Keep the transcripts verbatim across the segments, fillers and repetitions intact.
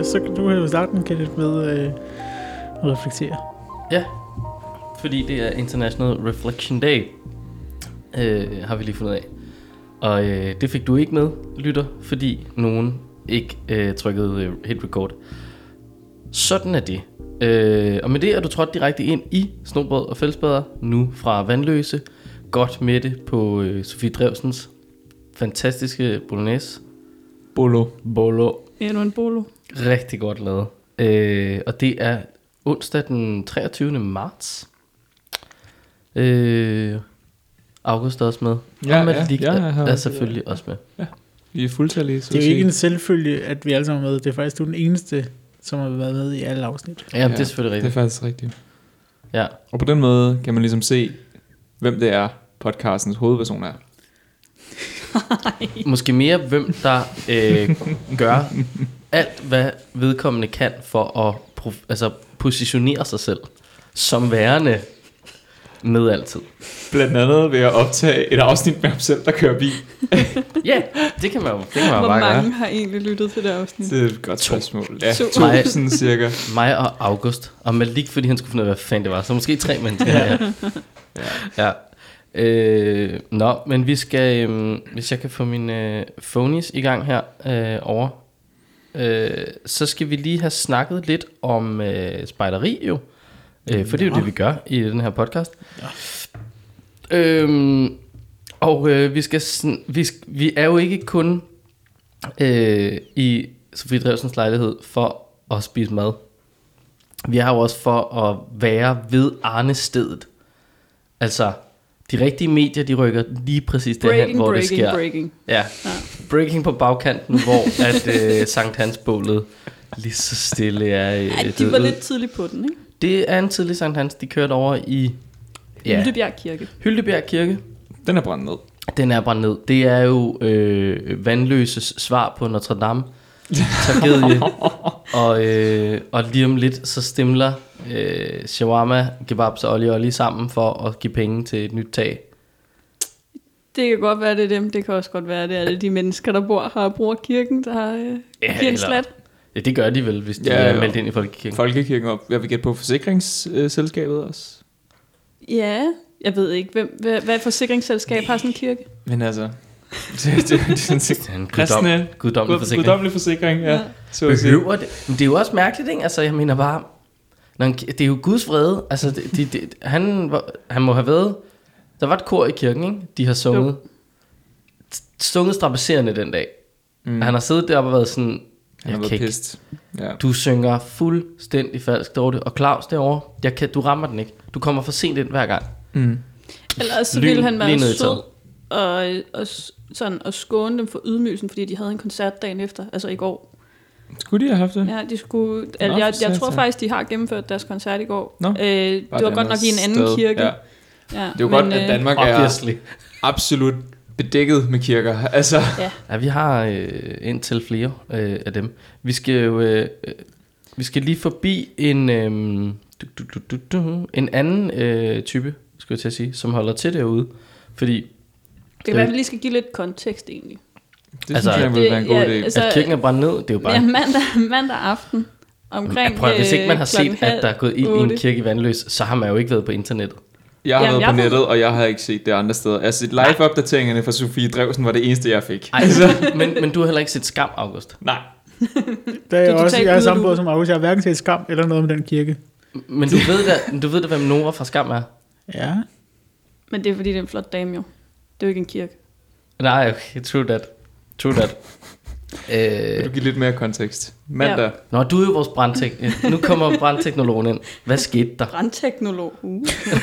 så kan du jo starte den, Kenneth, med øh, at reflektere. Ja, fordi det er International Reflection Day, øh, har vi lige fundet af. Og øh, det fik du ikke med, lytter, fordi nogen ikke øh, trykkede øh, hit record. Sådan er det. Øh, og med det er du trådt direkte ind i Snobrød og Fællesbader, nu fra Vandløse. Godt med det på øh, Sofie Drewsens fantastiske bolognese. Bolo. Bolo. Endnu en bolo. Rigtig godt lavet. Øh, og det er onsdag den treogtyvende marts. Øh, August er også med. Ja, og Malik ja, ja, er, ja, er selvfølgelig ja. også med. Ja, vi er fuldtallige. Det er jo ikke en selvfølge, at vi alle sammen er med. Det er faktisk du den eneste, som har været med i alle afsnit. Ja, ja, det er selvfølgelig rigtigt. Det er faktisk rigtigt. Ja. Og på den måde kan man ligesom se, hvem det er, podcastens hovedperson er. Måske mere, hvem der øh, gør alt, hvad vedkommende kan for at prof- altså positionere sig selv som værende med altid. Blandt andet ved at optage et afsnit med ham selv, der kører bil. Ja, det kan man jo, det kan man jo Hvor bare mange gøre. har egentlig lyttet til det afsnit? Det er et godt spørgsmål. Ja, To. tusind cirka. Mig og August. Og Malik, fordi han skulle finde ud af, hvad fanden det var. Så måske tre mennesker. Ja. Ja. Ja. Øh, nå, men vi skal, øh, hvis jeg kan få mine øh, phonies i gang her øh, over, øh, så skal vi lige have snakket lidt om øh, spejderi jo. Øh, for det er jo det, vi gør i den her podcast. Ja. Øhm, og øh, vi, skal sn- vi, sk- vi er jo ikke kun øh, i Sofie Drewsens lejlighed for at spise mad. Vi er jo også for at være ved Arnestedet. Altså, de rigtige medier, de rykker lige præcis derhen, Breaking, hvor breaking, det sker. breaking. Ja. Ja. Breaking på bagkanten, hvor at øh, Sankt Hans-bålet lige så stille er. Øh, Ja, de var lidt tidligt på den, ikke? Det er en tidlig Sankt Hans. De kørte over i ja, Hyldebjerg Kirke. Hyldebjerg Kirke. Den er brændt ned. Den er brændt ned. Det er jo øh, Vandløses svar på Notre Dame tragedie. og, øh, og lige om lidt så stemler øh, shawarma, kebabs og olje olje sammen for at give penge til et nyt tag. Det kan godt være, det er dem. Det kan også godt være, det er alle de mennesker, der bor her og bruger kirken, der har øh, Ja, givet en eller- slat. Ja, det gør de vel, hvis de Ja, er jo. meldt ind i Folkekirken. Folkekirken op. Jeg vil gætte på forsikringsselskabet også. Ja, jeg ved ikke, hvem, hvad, hvad forsikringsselskab har sådan en kirke? Men altså... det, det, det, det, Det er en kristne, guddom, guddommelig gud, forsikring. guddommelig forsikring, ja. Ja. Så at sige. Behøver det? Men det er jo også mærkeligt, ikke? Altså, jeg mener bare... Når en, det er jo Guds vrede. Altså, det, det, det, han, var- han må have været... Der var et kor i kirken, ikke? De har sunget... Sunget strapasserende den dag. Mm. Han har siddet deroppe og været sådan... Han har Jeg været kan ikke, pist. Ja. du synger fuldstændig falsk, Dorte. Og Claus derovre, jeg kan, du rammer den ikke. Du kommer for sent ind hver gang. Mm. Ellers så Lyn ville han lige være ned i sød taget. og, og, s- sådan, og skåne dem for ydmygelsen, fordi de havde en koncert dagen efter, altså i går. Skulle de have haft det? Ja, de skulle, Nå, altså, jeg, for jeg tror satan. faktisk, de har gennemført deres koncert i går. Nå. Øh, det var et godt nok andet i en anden sted. kirke. Ja. Ja, Det er jo godt, at Danmark er Obviously. absolut bedækket med kirker. Altså, Ja. Ja, vi har øh, indtil flere øh, af dem. Vi skal jo øh, øh, vi skal lige forbi en øh, du, du, du, du, du, en anden øh, type, skal jeg til at sige, som holder til derude, fordi Det kan være, at vi lige skal give lidt kontekst egentlig. det Altså, synes jeg ville være en god ja, idé. altså- at kirken er brændt ned, det er jo bare Ja, mandag, mandag aften omkring ja, prøv, hvis ikke man har øh, set, klokken at der er gået ild i en otte. kirke i Vandløs, så har man jo ikke været på internettet. Jeg har Jamen, været på jeg nettet, og jeg har ikke set det andre steder. Altså, live-opdateringerne fra Sofie Drewsen var det eneste, jeg fik. Ej, men, men du har heller ikke set Skam, August. Nej. Der er jeg Du er også, totalt jeg er ude samme af båd loopet. som Aarhus. Jeg har hverken set Skam eller noget med den kirke. Men du ved da, du ved da hvem Nora fra Skam er? Ja. Men det er fordi, det er en flot dame jo. Det er jo ikke en kirke. Nej, okay, true that. True that. Vil Øh, du give lidt mere kontekst? Mandag. Ja. Nå, du er jo vores brandtek. Nu kommer brandteknologen ind. Hvad skete der? Brandteknolog. Uh.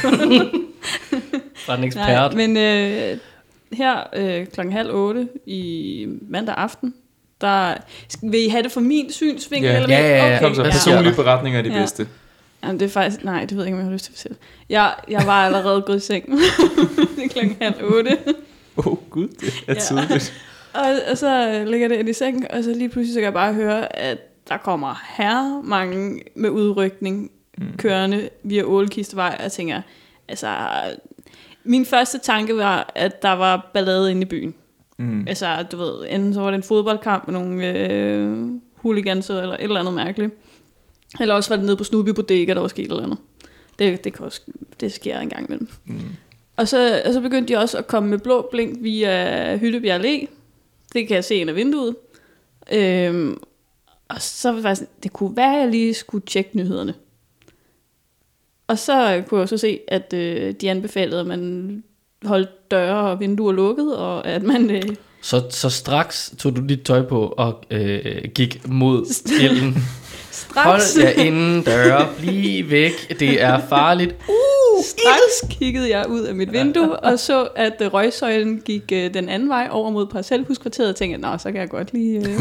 Brandekspert. Nej, men øh, her øh, klokken halv otte i mandag aften, der vil I have det fra min synsvinkel? Ja. Eller Ja, ja, ja. Okay, Kom så, Ja. personlige beretninger er de Ja. bedste. Jamen, det er faktisk, nej, det ved jeg ikke, om jeg har lyst til at fortælle. Jeg, jeg var allerede gået i seng. Det er klokken halv otte. Åh oh, gud, det er Ja. tidligt. Og, og så ligger det ind i sengen, og så lige pludselig så kan jeg bare høre, at der kommer her mange med udrykning mm. kørende via Ålekistevej, og jeg tænker, altså, min første tanke var, at der var ballade inde i byen. Mm. Altså, du ved, enten så var det en fodboldkamp med nogle øh, hooliganser eller et eller andet mærkeligt. Eller også var det nede på Snoopy Bodega, der var sket et eller andet. Det, det, kan også, det sker en gang imellem. Mm. Og, så, og så begyndte de også at komme med blå blink via Hyttebjerg Allé. Det kan jeg se ind af vinduet. Øhm, og så var det sådan, det kunne være, at jeg lige skulle tjekke nyhederne. Og så kunne jeg så se, at øh, de anbefalede, at man holdt døre og vinduer lukket, og at man... Øh, så, så straks tog du dit tøj på og øh, gik mod ilden. Straks. Hold jer inden døre, bliv væk, det er farligt. Uh, Straks kiggede jeg ud af mit vindue og så, at uh, røgsøjlen gik uh, den anden vej over mod parcelhuskvarteret og tænkte, nå, så kan jeg godt lige uh,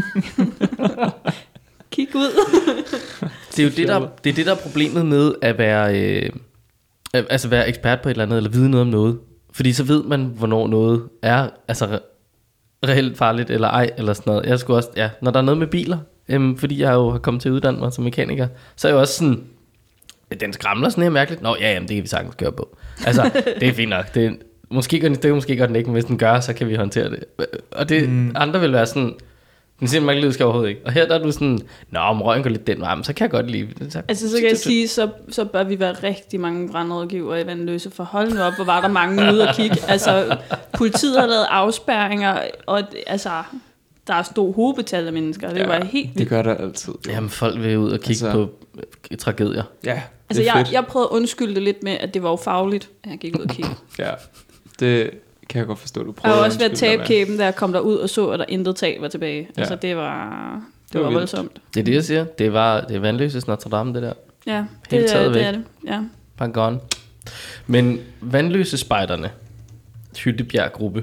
kigge ud. Det er jo det der, det er det, der er problemet med at være, øh, altså være ekspert på et eller andet, eller vide noget om noget. Fordi så ved man, hvornår noget er altså re- reelt farligt eller ej, eller sådan noget. Jeg skulle også, ja, når der er noget med biler, øhm, fordi jeg jo har kommet til at uddanne mig som mekaniker, så er jeg også sådan, den skramler sådan her mærkeligt. Nå, ja, jamen, det kan vi sagtens køre på. Altså, det er fint nok. Det er, måske gør den, det er måske godt den ikke, men hvis den gør, så kan vi håndtere det. Og det mm. andre vil være sådan, den siger, man skal overhovedet ikke. Og her der er du sådan, nå, om røgen går lidt den vej, så kan jeg godt lide det. Altså, så kan jeg sige, så, så bør vi være rigtig mange brandrådgivere i Vanløse, for hold nu op, hvor var der mange ude at kigge. Altså, politiet har lavet afspærringer, og altså, der er stor hovedbetal af mennesker. Det ja, var helt vildt. Det gør der altid. Jo. Jamen, folk vil ud og kigge altså, på øh, tragedier. Ja, altså, jeg, jeg prøvede at undskylde det lidt med, at det var jo fagligt, at jeg gik ud og kigge. Ja, det kan jeg godt forstå, du prøvede. Jeg har også været tabkæben, da jeg kom derud og så, at der intet tag var tilbage. Ja. Altså, det var, det, det var, var voldsomt. Det er det, jeg siger. Det var, det er Vanløses Notre Dame, det der. Ja, det, det, er, det er det. Ja. Pardon. Men Vanløse spejderne, Hyttebjerg-gruppe.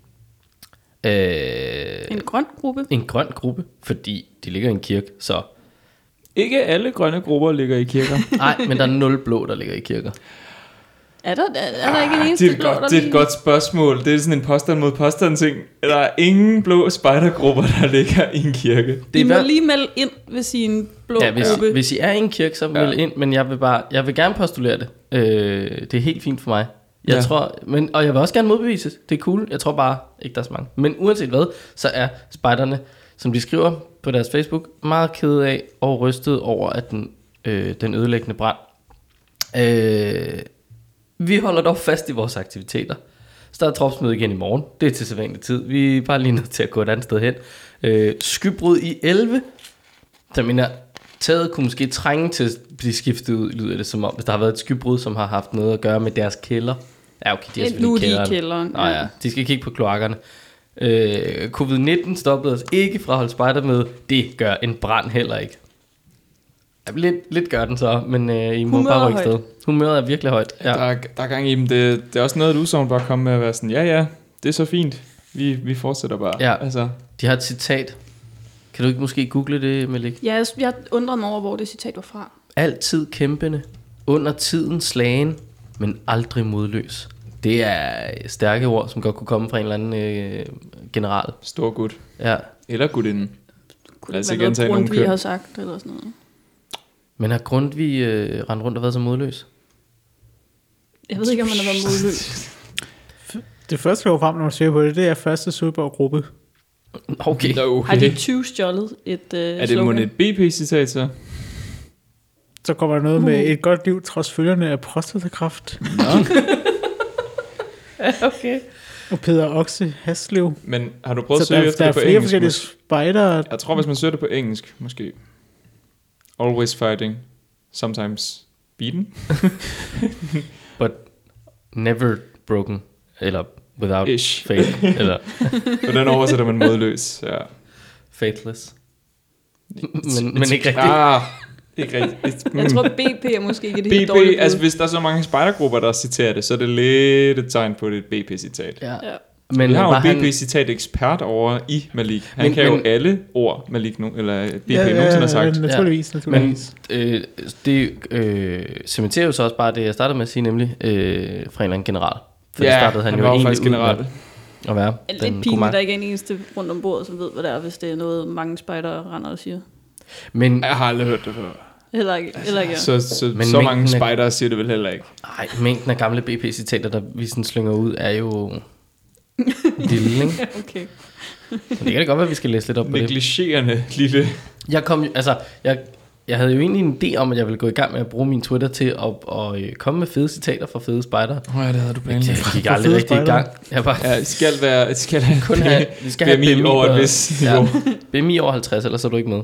Øh, en grøn gruppe? En grøn gruppe, fordi de ligger i en kirke, så... Ikke alle grønne grupper ligger i kirker. Nej, men der er nul blå, der ligger i kirker. Er der, er, er der ikke en eneste det er blå, godt, Det er et godt spørgsmål. Det er sådan en påstand mod påstand ting. Der er ingen blå spejdergrupper, der ligger i en kirke. Det I må lige melde ind, hvis I er en blå ja, hvis, gruppe. Hvis I er i en kirke, så meld ja. ind. Men jeg vil, bare, jeg vil gerne postulere det. Øh, det er helt fint for mig. Jeg ja. tror, men, og jeg vil også gerne modbevise. Det er cool. Jeg tror bare ikke, der er så mange. Men uanset hvad, så er spejderne, som de skriver på deres Facebook, meget kede af og rystet over, at den, øh, den ødelæggende brand. Øh... Vi holder dog fast i vores aktiviteter. Så der er tropsmøde igen i morgen. Det er til sædvanlig tid. Vi er bare lige nødt til at gå et andet sted hen. Øh, skybrud i elleve. Så mener, taget kunne måske trænge til at blive skiftet ud, lyder det som om, hvis der har været et skybrud, som har haft noget at gøre med deres kælder. Ja, okay, de har selvfølgelig kælderen. Nu er de i kælderen. Nå ja, de skal kigge på kloakkerne. Øh, covid nitten stoppede os ikke fra at holde spejder med. Det gør en brand heller ikke. Lidt, lidt gør den så, men øh, I må humøret bare rykke sted. Humøret er virkelig højt. Ja. Der, er, der er gang i dem. Det, det er også noget, at udsagn bare komme med at være sådan, ja ja, det er så fint. Vi, vi fortsætter bare. Ja. Altså. De har et citat. Kan du ikke måske google det, Malik? Ja, jeg, jeg undrer mig over, hvor det citat var fra. Altid kæmpende, under tiden slagen, men aldrig modløs. Det er stærke ord, som godt kunne komme fra en eller anden øh, general. Stor gut. Ja. Eller gutinden. Kunne det være noget, Grundtvig har sagt, eller sådan noget? Men har Grundtvig øh, rendt rundt og været så modløs? Jeg ved ikke, om man har været modløs. Det første, der går frem, når man ser på det, det er første Søborg-gruppe. Okay. okay. Har de tyve stjålet et øh, Er det slogan? Et B P-citat så? Så kommer der noget uh. med et godt liv, trods følgerne af prostatakræft. Nå. Okay. Og Peter Oxe Haslev. Men har du prøvet at søge der, efter der det på engelsk? Der er flere forskellige spejdere. Jeg tror, hvis man søger det på engelsk, måske. Always fighting, sometimes beaten. But never broken, eller without Ish. faith, eller så den oversætter man modløs, ja. Faithless. men, men ikke rigtigt. Ah, ikke rigtigt. Jeg tror, B P er måske ikke det helt B P, dårlige. altså hvis der er så mange spejdergrupper, der citerer det, så er det lidt et tegn på, det et B P-citat. Ja. Ja. Men vi har jo en B P-citat-ekspert over i Malik. Han men, kan men, jo alle ord, Malik nu, eller B P ja, ja, nogensinde har sagt. Naturligvis, naturligvis. Men øh, det øh, cementerer jo så også bare det, jeg startede med at sige, nemlig øh, fra en eller anden general. For ja, det startede han, han jo var faktisk general. At være lidt pinligt, der ikke er en eneste rundt om bordet, som ved, hvad det er, hvis det er noget, mange spejdere render og siger. Men, jeg har aldrig hørt det før. Heller ikke. Heller ikke. Så, så, men så mange spejdere siger det vel heller ikke. Nej, mængden af gamle B P-citater, der vi sådan slynger ud, er jo... lille, ikke? Okay. Så det kan da godt være, at vi skal læse lidt op på det. Negligerende lille. Jeg kom jo, altså, jeg, jeg havde jo egentlig en idé om, at jeg ville gå i gang med at bruge min Twitter til at, at, at komme med fede citater fra fede spejdere. Åh oh, ja, det havde du planlagt. Jeg gik aldrig rigtig i gang. Jeg bare, Ja, det skal være, det skal have, kun have, vi skal have B M I over et vist niveau. Ja, B M I over halvtreds, ellers er du ikke med.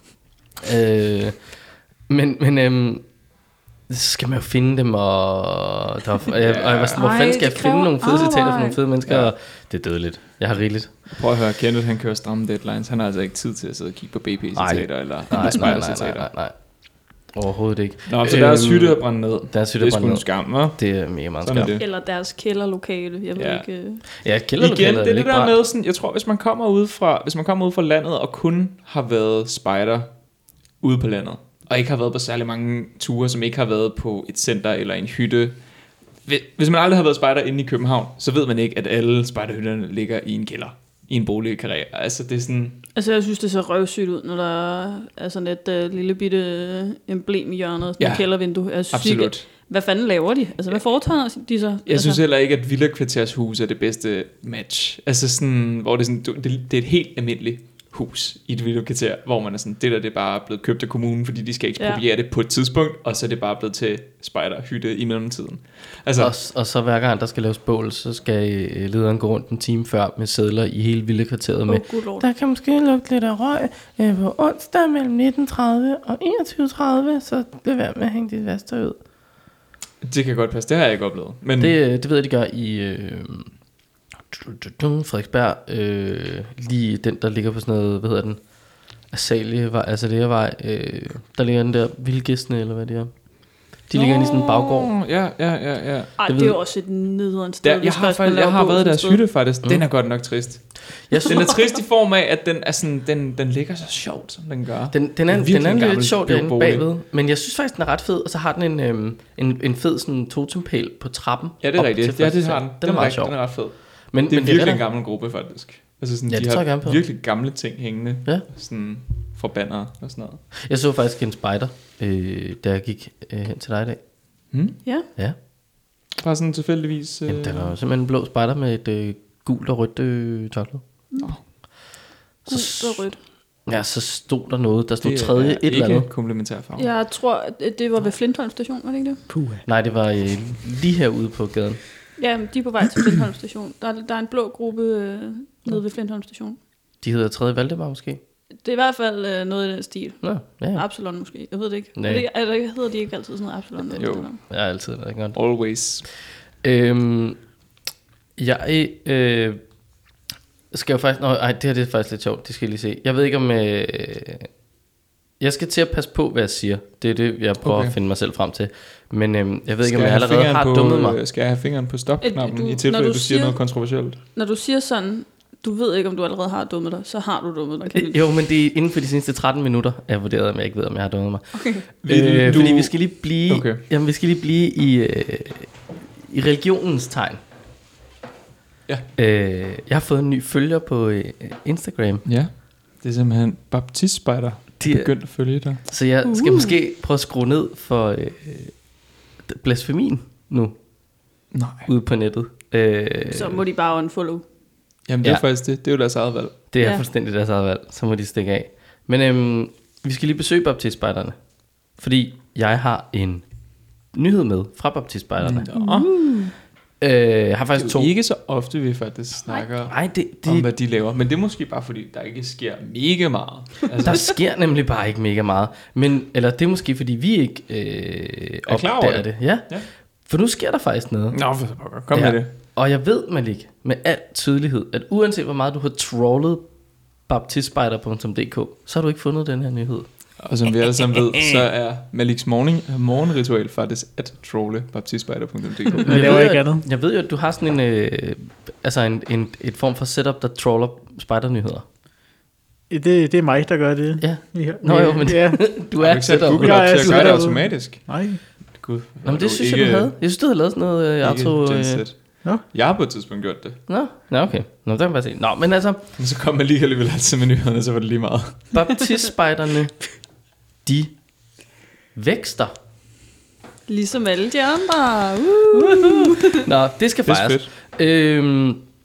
Øh, men, men øhm, så skal man jo finde dem, og, der, og, jeg, og jeg var sådan, hvor Ej, fanden skal jeg det finde kræver nogle fede citater fra arbejde. nogle fede mennesker, Ja. og det er dødeligt. Jeg har rigeligt. Prøv at høre, Kenneth han kører stramme deadlines. Han har altså ikke tid til at sidde og kigge på B P-citater eller Nej, nej, nej, nej, spejdercitater. nej, nej. Overhovedet ikke. Nå, så deres Øhm, hytte er brændt ned. Deres hytte Det er er sgu brændt en ned. skam, hva'? Det er mega meget Sådan er skam. det. Eller deres kælderlokale. Jeg ved Ja. ikke. øh. Ja, Igen, kælderlokalet det er det ikke der brændt. med sådan, jeg tror, hvis man kommer ud fra, hvis man kommer ud fra landet og kun har været spejder ude på landet, og ikke har været på særlig mange ture, som ikke har været på et center eller en hytte. Hvis man aldrig har været spejder inde i København, så ved man ikke, at alle spejderhytterne ligger i en kælder, i en boligkarré. Altså det er sådan... Altså, jeg synes, det ser røvsygt ud, når der er sådan et uh, lille bitte emblem i hjørnet, sådan Ja, et kældervindue. Jeg synes absolut. ikke, hvad fanden laver de? Altså, hvad foretager de så? Jeg altså, synes heller ikke, at villakvartershus er det bedste match. Altså sådan, hvor det er, sådan, du- det, det er et helt almindeligt hus i et villakvarter, hvor man er sådan, det der det er bare blevet købt af kommunen, fordi de skal ekspropriere ja. det på et tidspunkt, og så er det bare blevet til spejderhytte i mellemtiden. Altså, Og, og så hver gang der skal laves bål, så skal øh, lederen gå rundt en time før med sedler i hele villakvarteret med. Åh, gud lord. Der kan måske lugte lidt af røg øh, på onsdag mellem nitten tredive og enogtyve tredive, så lad være med at hænge dit vaster ud. det kan godt passe, det har jeg ikke oplevet. Men Det, det ved jeg, de gør i øh, Frederiksberg, øh, lige den, der ligger på sådan noget, hvad hedder den, Asalie, altså det her vej, øh, der ligger den der Vildgæstene, eller hvad det er. De ligger inde i sådan en baggård. Ja, ja, ja, ja. Ej, det det er ved- jo også et nederen sted. Der, jeg hvis har, først man faktisk, jeg laver har bål været i sådan et deres sted. hytte faktisk. Mm. Den er godt nok trist. Jeg Den er trist i form af, at den er sådan, den, den ligger så sjovt, som den gør. Den, den er, Det er virkelig den er en lidt gammel sjov derinde bolig. bagved, men jeg synes faktisk, den er ret fed, og så har den en, øhm, en, en fed sådan totempæl på trappen. Ja, det er op rigtigt. til Ja, det første har sal. den. Den er meget rigtig- sjov. Den er ret fed. Men, Det er men virkelig det en gammel gruppe, faktisk. Altså sådan, Ja, de det tror jeg har gerne på. virkelig gamle ting hængende. Ja. Sådan fra banner og sådan noget. Jeg så faktisk en spider, øh, da jeg gik øh, hen til dig i dag. Hmm? Ja. Ja, Bare sådan tilfældigvis... Øh... jamen, der var jo simpelthen en blå spider med et øh, gult og rødt øh, tørklæde. Gult og rødt. Ja, så stod der noget, der stod det tredje er et eller ikke andet. komplementær farve. Jeg tror, at det var ved Flintholm station, var det ikke det? Puh. Nej, det var øh, lige herude på gaden. Ja, de er på vej til Flintholm station. Der er, der er en blå gruppe øh, nede ved Flintholm station. De hedder tredje Valdemar måske. Det er i hvert fald øh, noget i den stil. Nå, ja, ja. Absalon måske. Jeg ved det ikke. Nej. Er det, er det, hedder de ikke altid sådan noget Absalon? eller Jo. sådan noget? Jeg er altid der, ikke godt. Always. Øhm, jeg øh, skal jo faktisk... Nå, ej, det her det er faktisk lidt sjovt, det skal jeg lige se. Jeg ved ikke om... Øh, jeg skal til at passe på, hvad jeg siger. Det er det, jeg prøver okay. Okay. at finde mig selv frem til. Men øh, jeg ved ikke, Skal om jeg have allerede fingeren har på, dummet mig. øh, Skal jeg have fingeren på stopknappen, Øh, du- i tilfælde, når du, du siger siger- noget kontroversielt? Når du siger sådan, du ved ikke, om du allerede har dummet dig, så har du dummet dig. Kan Øh, Jo, men det er inden for de seneste tretten minutter, jeg vurderet, om jeg ikke ved, om jeg har dummet mig. Okay. Vil Øh, du- Fordi vi skal lige blive, Okay. jamen, vi skal lige blive i, øh, i religionens tegn. Ja. Øh, jeg har fået en ny følger på øh, Instagram. Ja, det er simpelthen baptistspejder. De De er- er begyndt at følge dig. Så jeg skal Uh. måske prøve at skrue ned for øh, blasfemien nu, Nej. ude på nettet. Øh, Så må de bare unfollow. Jamen det er Ja. faktisk det. Det er jo deres eget valg. det er Ja. fuldstændig deres eget valg, så må de stikke af. Men øhm, vi skal lige besøge baptistspejderne, fordi jeg har en nyhed med fra baptistspejderne. Nå. Øh, jeg har faktisk Det to. er jo ikke så ofte, vi faktisk snakker Nej, det, om, det, hvad de laver. Men det er måske bare, fordi der ikke sker mega meget. Altså, der sker nemlig bare ikke mega meget. Men, eller det er måske, fordi vi ikke øh, Er klar over opdager det. det. Ja. Ja. For nu sker der faktisk noget. Nå, for pokker. Kom Ja. med det. Og jeg ved, Malik, med al tydelighed, at uanset hvor meget du har trollet baptistspejder punktum d k, så har du ikke fundet den her nyhed. Og som vi alle sammen ved, så er Maliks morgen, morgenritual faktisk at trolle baptistspejder punktum d k. Jeg jeg laver ved, ikke at- andet. Jeg ved jo, at du har sådan en, øh, altså en, en et form for setup, der troller spejdernyheder. Det, det er mig, der gør det. Ja. Vi har- Nå jo, men Ja. du Har er du ikke sat setup. Google Jeg op er til at gøre det setup. automatisk? Nej. Gud. Nå, men det synes jeg, du havde. Jeg synes, du havde lavet sådan noget øh, auto... Øh, Nå. Jeg har på et tidspunkt gjort det. nå, nå, okay. Nå, der kan man bare se. Nå, men altså, Men så kom man lige alligevel altid med nyhederne, så var det lige meget. baptistspejderne, de vækster. Ligesom alle de andre. Uh. Nå, det skal Det er fejres. fedt. Øhm,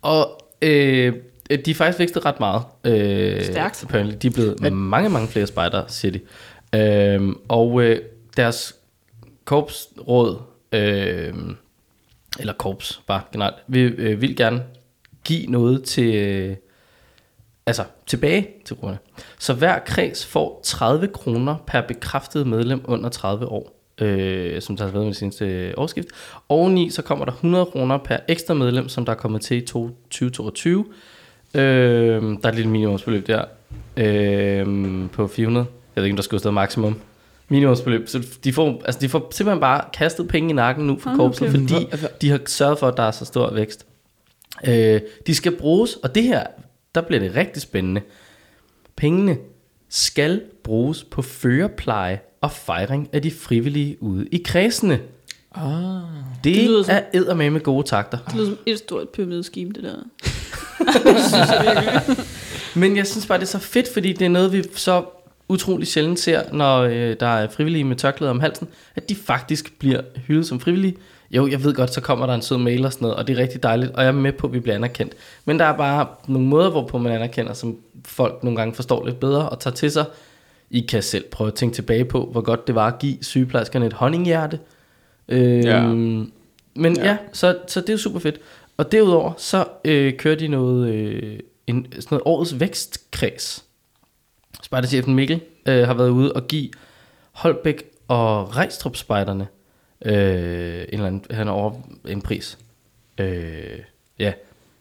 Og øh, de er faktisk vækstet ret meget. Øh, Stærkt. Apparently. De er blevet At... mange, mange flere spejdere, siger de. Øh, og øh, deres korpsråd, øh, eller korps bare generelt, vil, øh, vil gerne give noget til, øh, altså tilbage til grupperne. Så hver kreds får tredive kroner per bekræftet medlem under tredive år, øh, som der har været med det seneste årsskift. Oveni så kommer der hundrede kroner per ekstra medlem, som der er kommet til i tyve toogtyve. Øh, der er et lille minimumsbeløb der øh, på fire hundrede. Jeg ved ikke, om der skulle stå maksimum. Minimumsbeløb. Så de får, altså de får simpelthen bare kastet penge i nakken nu for Ah, korpset, okay. fordi de har sørget for, at der er så stor vækst. Øh, de skal bruges, og det her, der bliver det rigtig spændende. Pengene skal bruges på førerpleje og fejring af de frivillige ude i kredsene. Ah. Det, Det lyder det som- er eddermame med gode takter. Det lyder som et stort pyramideskeme, det der. Men jeg synes bare, det er så fedt, fordi det er noget, vi så utrolig sjældent ser, når øh, der er frivillige med tørklæder om halsen, at de faktisk bliver hyldet som frivillige. Jo, jeg ved godt, så kommer der en sød mail og sådan noget, og det er rigtig dejligt, og jeg er med på, at vi bliver anerkendt. Men der er bare nogle måder, hvorpå man anerkender, som folk nogle gange forstår lidt bedre og tager til sig. I kan selv prøve at tænke tilbage på, hvor godt det var at give sygeplejerskerne et honninghjerte. Øh, Ja. Men ja, Ja. ja så, så det er jo super fedt. Og derudover, så øh, kører de noget, øh, en, sådan noget årets vækstkreds. Spejderchefen Mikkel øh, har været ude og give Holbæk og Rejstrup spejderne øh, en eller anden, han er over en pris. Øh, ja.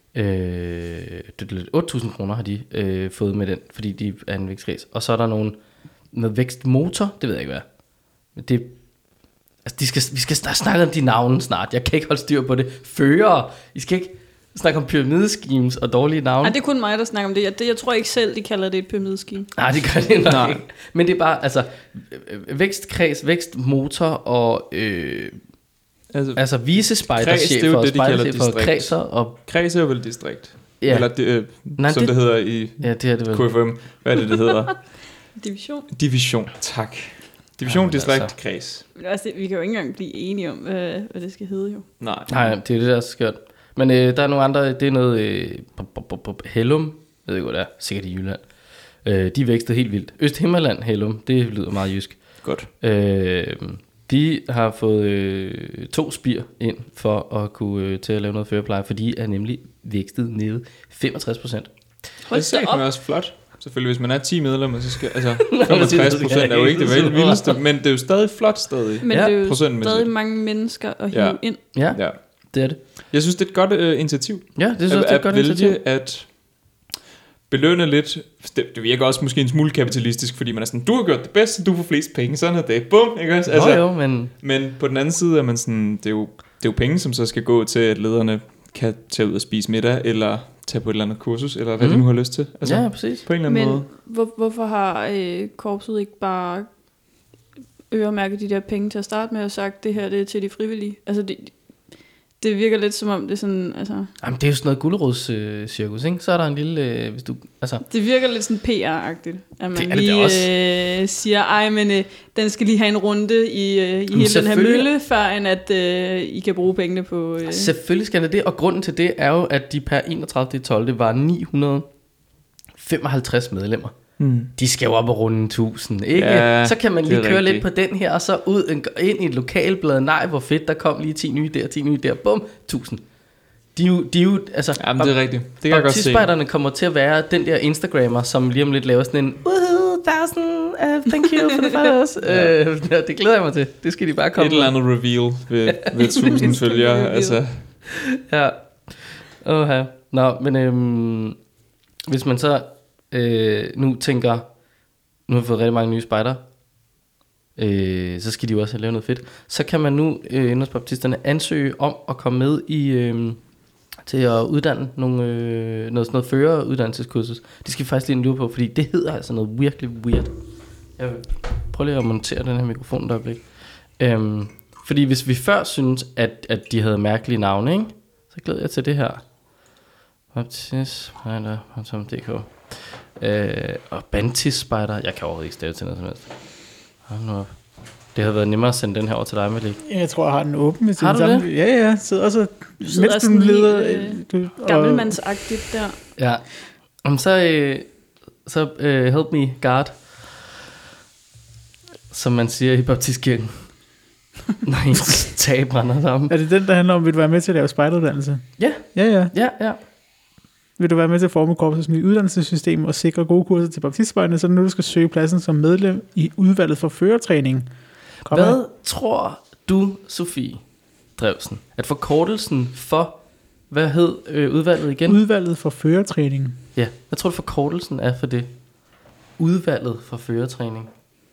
Øh, otte tusind kroner har de øh, fået med den, fordi de er en vækstkreds. Og så er der nogle, noget vækstmotor, det ved jeg ikke hvad. Men det, altså de skal, vi skal snakke om de navne snart. Jeg kan ikke holde styr på det. Fører, I skal ikke snakke om pyramideschemes og dårlige navne. Nej, det er kun mig, der snakker om det. Jeg, det, jeg tror ikke selv, de kalder det et pyramideskeme. Nej, det gør det nok Nej. ikke. Men det er bare, altså, øh, vækstkreds, vækstmotor og, øh, Altså, altså Kreds, det er visespejderchefer jo og det, de kalder spejderchefer og distrikt. kredser og... kreds er jo vel distrikt. Ja, Eller det, øh, Nej, som det- det, det hedder i ja det er det vel. K F M. Hvad er det, det hedder? Division. Division, tak. Division, Jamen, distrikt, altså. kreds. Men altså, det- vi kan jo ikke engang blive enige om, hvad, hvad det skal hedde jo. Nej. Nej, det er det, der er så skørt. Men øh, der er nogle andre, det er noget... Øh, bup, bup, bup, bup, Hellum, jeg ved ikke, hvad det er, sikkert i Jylland. Øh, de vækstede helt vildt. Østhimmerland Hellum, det lyder meget jysk. Godt. Øh, de har fået øh, to spir ind for at kunne øh, til at lave noget førerpleje, for de er nemlig vækstet nede femogtres procent. Det Hold er sagt da op. med også flot. Selvfølgelig, hvis man er ti medlemmer, så skal... Altså, det femogtres kan procent jeg er jo ikke ikke. det vildeste, men det er jo stadig flot stadig. Men Ja, det er jo procentmæssigt. stadig mange mennesker at hive Ja. ind. Ja, Ja. det er det. Jeg synes, det er et godt øh, initiativ. Ja, det synes jeg, at, det er et at godt vælge initiativ. at belønne lidt. Det, det virker også måske en smule kapitalistisk, fordi man er sådan, du har gjort det bedste, du får flest penge, sådan er det. Bum, ikke også? Altså, jo, jo, men Men på den anden side er man sådan, det er, jo, det er jo penge, som så skal gå til, at lederne kan tage ud og spise middag, eller tage på et eller andet kursus, eller hvad Mhm. de nu har lyst til. Altså, ja, præcis. på en eller anden Men måde. hvor, hvorfor har øh, korpset ikke bare øremærket de der penge til at starte med og sagt, det her det er til de frivillige? Altså, det, det virker lidt som om det er sådan, altså... Jamen, det er jo sådan noget gulerodscirkus, ikke? Så er der en lille, øh, hvis du, altså... Det virker lidt sådan P R-agtigt, at man Det er det lige da også. øh, siger, ej, men øh, den skal lige have en runde i, øh, i hele den her selvfølgelig. mølle, før end at øh, I kan bruge pengene på... Øh. Selvfølgelig skal det det, og grunden til det er jo, at de per enogtredivte tolvte var ni hundrede femoghalvtreds medlemmer. Hmm. De skal jo op og runde tusind, ikke? Ja, Så kan man det er lige køre rigtigt. lidt på den her, og så ud en- ind i et lokalblad. Nej, hvor fedt, der kom lige ti nye der, ti nye der. Bum, tusind. De er jo, de er jo altså... Jamen, det er rigtigt. Det kan jeg godt se. Baptistspejderne kommer til at være den der Instagrammer, som lige om lidt laver sådan en woohoo, thousand, uh, thank you for the followers. Ja. øh, ja, det glæder jeg mig til. Det skal de bare komme Et eller andet reveal ved, ved tusind følgere. reveal. Altså, Ja. Oha. Nå, men øhm, hvis man så øh, nu tænker, nu har vi fået rigtig mange nye spejder, øh, så skal de jo også have lavet noget fedt. Så kan man nu øh, inde hos baptisterne ansøge om at komme med i øh, til at uddanne nogle, øh, noget, sådan noget føreruddannelseskursus. Det skal vi faktisk lige en lure på, fordi det hedder altså noget virkelig weird. Jeg vil prøve lige at montere den her mikrofon et øjeblik. Øhm, fordi hvis vi før synes, at, at de havde mærkelige navne, ikke? Så glæder jeg til det her. Baptistspejder punktum d k øh, og Bantis Spejder. Jeg kan overhovedet ikke stave til noget som helst. Hold nu op. Det havde været nemmere at sende den her over til dig, Malik. Jeg tror, jeg har den åben. Hvis Har det er du den samme. Ja, ja. Så også, Du sidder mens sådan leder, helt, øh, du, og- Gammelmandsagtigt der. Ja. Om så, øh, så øh, help me God, som man siger i baptistkirken. Når ens tag brænder sammen. Er det den, der handler om, vil du være med til at lave spejderuddannelse? Ja, Ja, ja. ja, ja. Vil du være med til at forme korpsets nye uddannelsessystem og sikre gode kurser til baptistspejderne, så nu du skal søge pladsen som medlem i udvalget for førertræning? Kom Hvad med. tror du, Sofie Drevsen, at forkortelsen for, hvad hed øh, udvalget igen? Udvalget for førertræning. Ja, hvad tror du forkortelsen er for det? Udvalget for førertræning.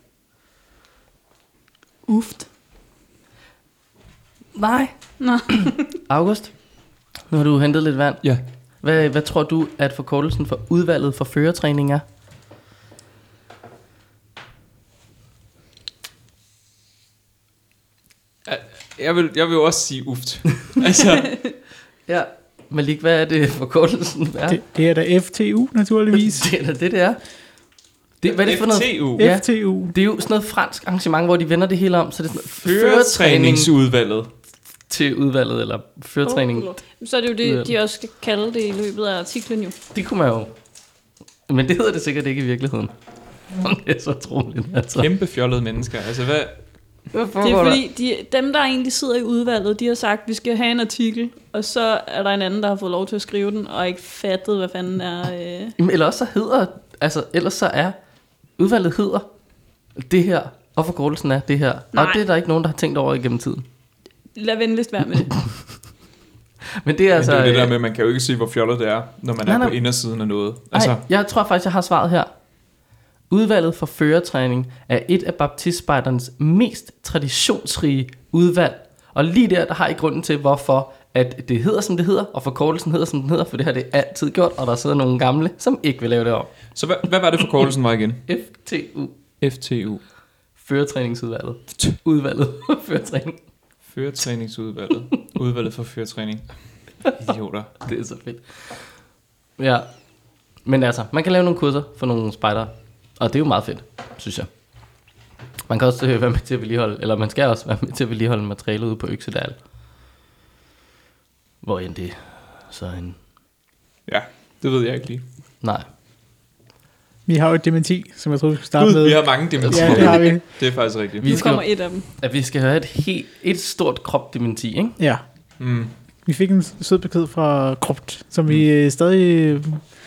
Uft. Nej. Nå. August, nu har du hentet lidt vand. Ja. Hvad, hvad tror du, at forkortelsen for udvalget for førertræning er? Jeg vil, jeg vil jo også sige uft. Altså, Ja, Malik, hvad er det forkortelsen er? Det, det er da F T U, naturligvis. Det er da det, det er. Det, hvad er det for noget? F T U. Ja. F T U. Det er jo sådan noget fransk arrangement, hvor de vender det hele om, så det er sådan noget Førertræningsudvalget. til udvalget, eller førertræning. Oh, så er det jo det, de også skal kalde det i løbet af artiklen jo. Det kunne man jo. Men det hedder det sikkert ikke i virkeligheden. Det er så troligt, altså. Kæmpe fjollede mennesker. Altså, hvad? Hvad Det foregår er der? fordi, de, dem der egentlig sidder i udvalget, de har sagt, at vi skal have en artikel, og så er der en anden, der har fået lov til at skrive den, og ikke fattet, hvad fanden er... Øh... Jamen, eller også så hedder, altså, ellers så er udvalget hedder det her, og forkortelsen er det her. Nej. Og det er der ikke nogen, der har tænkt over igennem tiden. Lad venligst være med det. Men det er Men altså... det er jo det der øh, med, man kan jo ikke se, hvor fjollet det er, når man Nej, er på nej. indersiden af noget. Altså, Altså, jeg tror faktisk, jeg har svaret her. Udvalget for førertræning er et af baptistspejdernes mest traditionsrige udvalg. Og lige der, der har I grunden til, hvorfor at det hedder, som det hedder, og forkortelsen hedder, som den hedder, for det har det altid gjort, og der sidder nogle gamle, som ikke vil lave det om. så hvad, hvad var det forkortelsen var igen? F T U, F T U. førertræningsudvalget. Udvalget for førertræning. Førertræningsudvalget. Udvalget for førertræning. Idioter. Det er så fedt. Ja, men altså, man kan lave nogle kurser for nogle spejdere, og det er jo meget fedt, synes jeg. Man kan også øh, være med til at vedligeholde, eller man skal også være med til at vedligeholde materialet ude på Øksedal. Hvor end det så er en... Ja, det ved jeg ikke lige. Nej. Vi har jo et dementi, som jeg tror, vi skal starte Gud, med. vi har mange dementier. Ja, det har vi. Det er faktisk rigtigt. Vi Nu skal, kommer et af dem. at vi skal have et, helt, et stort kropdementi, ikke? Ja. Mm. Vi fik en sød besked fra Krupt, som vi øh, stadig øh,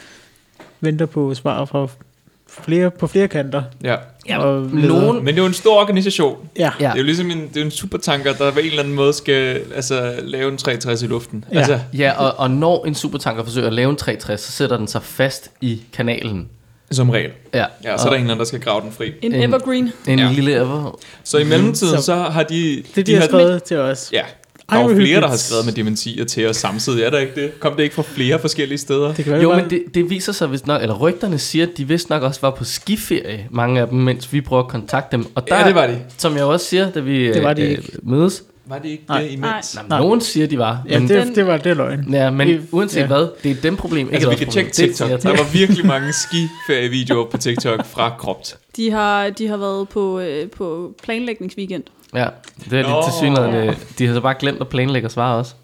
venter på svar fra flere, på flere kanter. Ja. Ja, Og nogen... Men det er jo en stor organisation. Ja. Ja. Det er jo ligesom en, det er jo en supertanker, der på en eller anden måde skal altså, lave en tre tres i luften. Ja. Altså, Ja, og, og når en supertanker forsøger at lave en tre tres, så sætter den sig fast i kanalen. som regel. Ja, Ja, og så er der en eller anden, der skal grave den fri. En, En- evergreen. en Ja. lille ever. Så i mellemtiden, Så- så har de... Det de har skrevet til os. Ja, Ej, der er hvor jo flere, hyggeligt. der har skrevet med dementier til os samtidig. Er der ikke det? Kom det ikke fra flere forskellige steder? Det kan være, Jo, bare- men det, det viser sig vist nok, eller rygterne siger, at de vist nok også var på skiferie, mange af dem, mens vi prøver at kontakte dem. Og der, Ja, det var de. som jeg også siger, da vi Det var de øh, ikke. mødes. Var det ikke Nej. det imens? Nej, Nej. nogen siger, de var. Ja, men, det, det var det er løgn. ja, men Vi- uanset ja. ja. hvad, det er dem problem, ikke Altså, vi vores kan problem. tjekke Det siger TikTok. jeg Der til. var virkelig mange skiferievideoer på TikTok fra Kropt. De har, de har været på, øh, på planlægningsweekend. Ja, det er de Nå. til synligheden. De har så bare glemt at planlægge og svare også.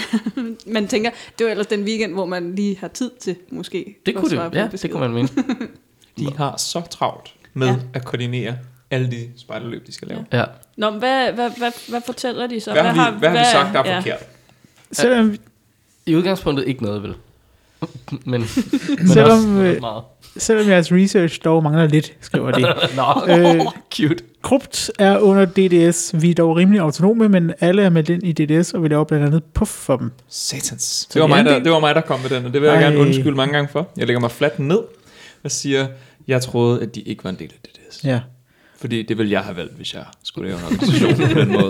Man tænker, det var ellers den weekend, hvor man lige har tid til, måske. Det at kunne svare det, på ja, en det besked. kunne man mene. De har så travlt med Ja. ja. at koordinere alle de spejderløb, de skal lave. Ja. Nå, men hvad, hvad, hvad, hvad fortæller de så? Hvad har vi, hvad har vi sagt, der er ja. forkert? Selvom, vi- I udgangspunktet ikke noget, vel? men, men Selvom, også øh, meget. selvom jeres research dog mangler lidt, skriver de. Nå, Øh, cute. Krupt er under D D S. Vi er dog rimelig autonome, men alle er meldt ind i D D S, og vi laver blandt andet puff for dem. Satans. Så Det var, vi er mig, en der, del- det var mig, der kom med den, og det vil jeg Ej. gerne undskylde mange gange for. Jeg lægger mig fladt ned og siger, jeg troede, at de ikke var en del af D D S. Ja. Fordi det ville jeg have valgt, hvis jeg skulle lave en organisation på den måde.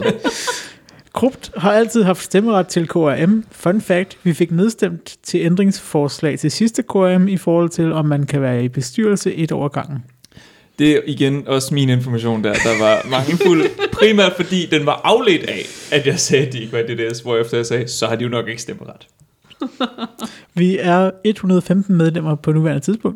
Krupt har altid haft stemmeret til K R M. Fun fact, vi fik nedstemt til ændringsforslag til sidste K R M i forhold til, om man kan være i bestyrelse et år ad gangen. Det er igen også min information der, der var mangelfuld. Primært fordi den var afledt af, at jeg sagde, at de ikke var i D D S, hvorefter jeg sagde, så har de jo nok ikke stemmeret. Vi er et hundrede og femten medlemmer på nuværende tidspunkt.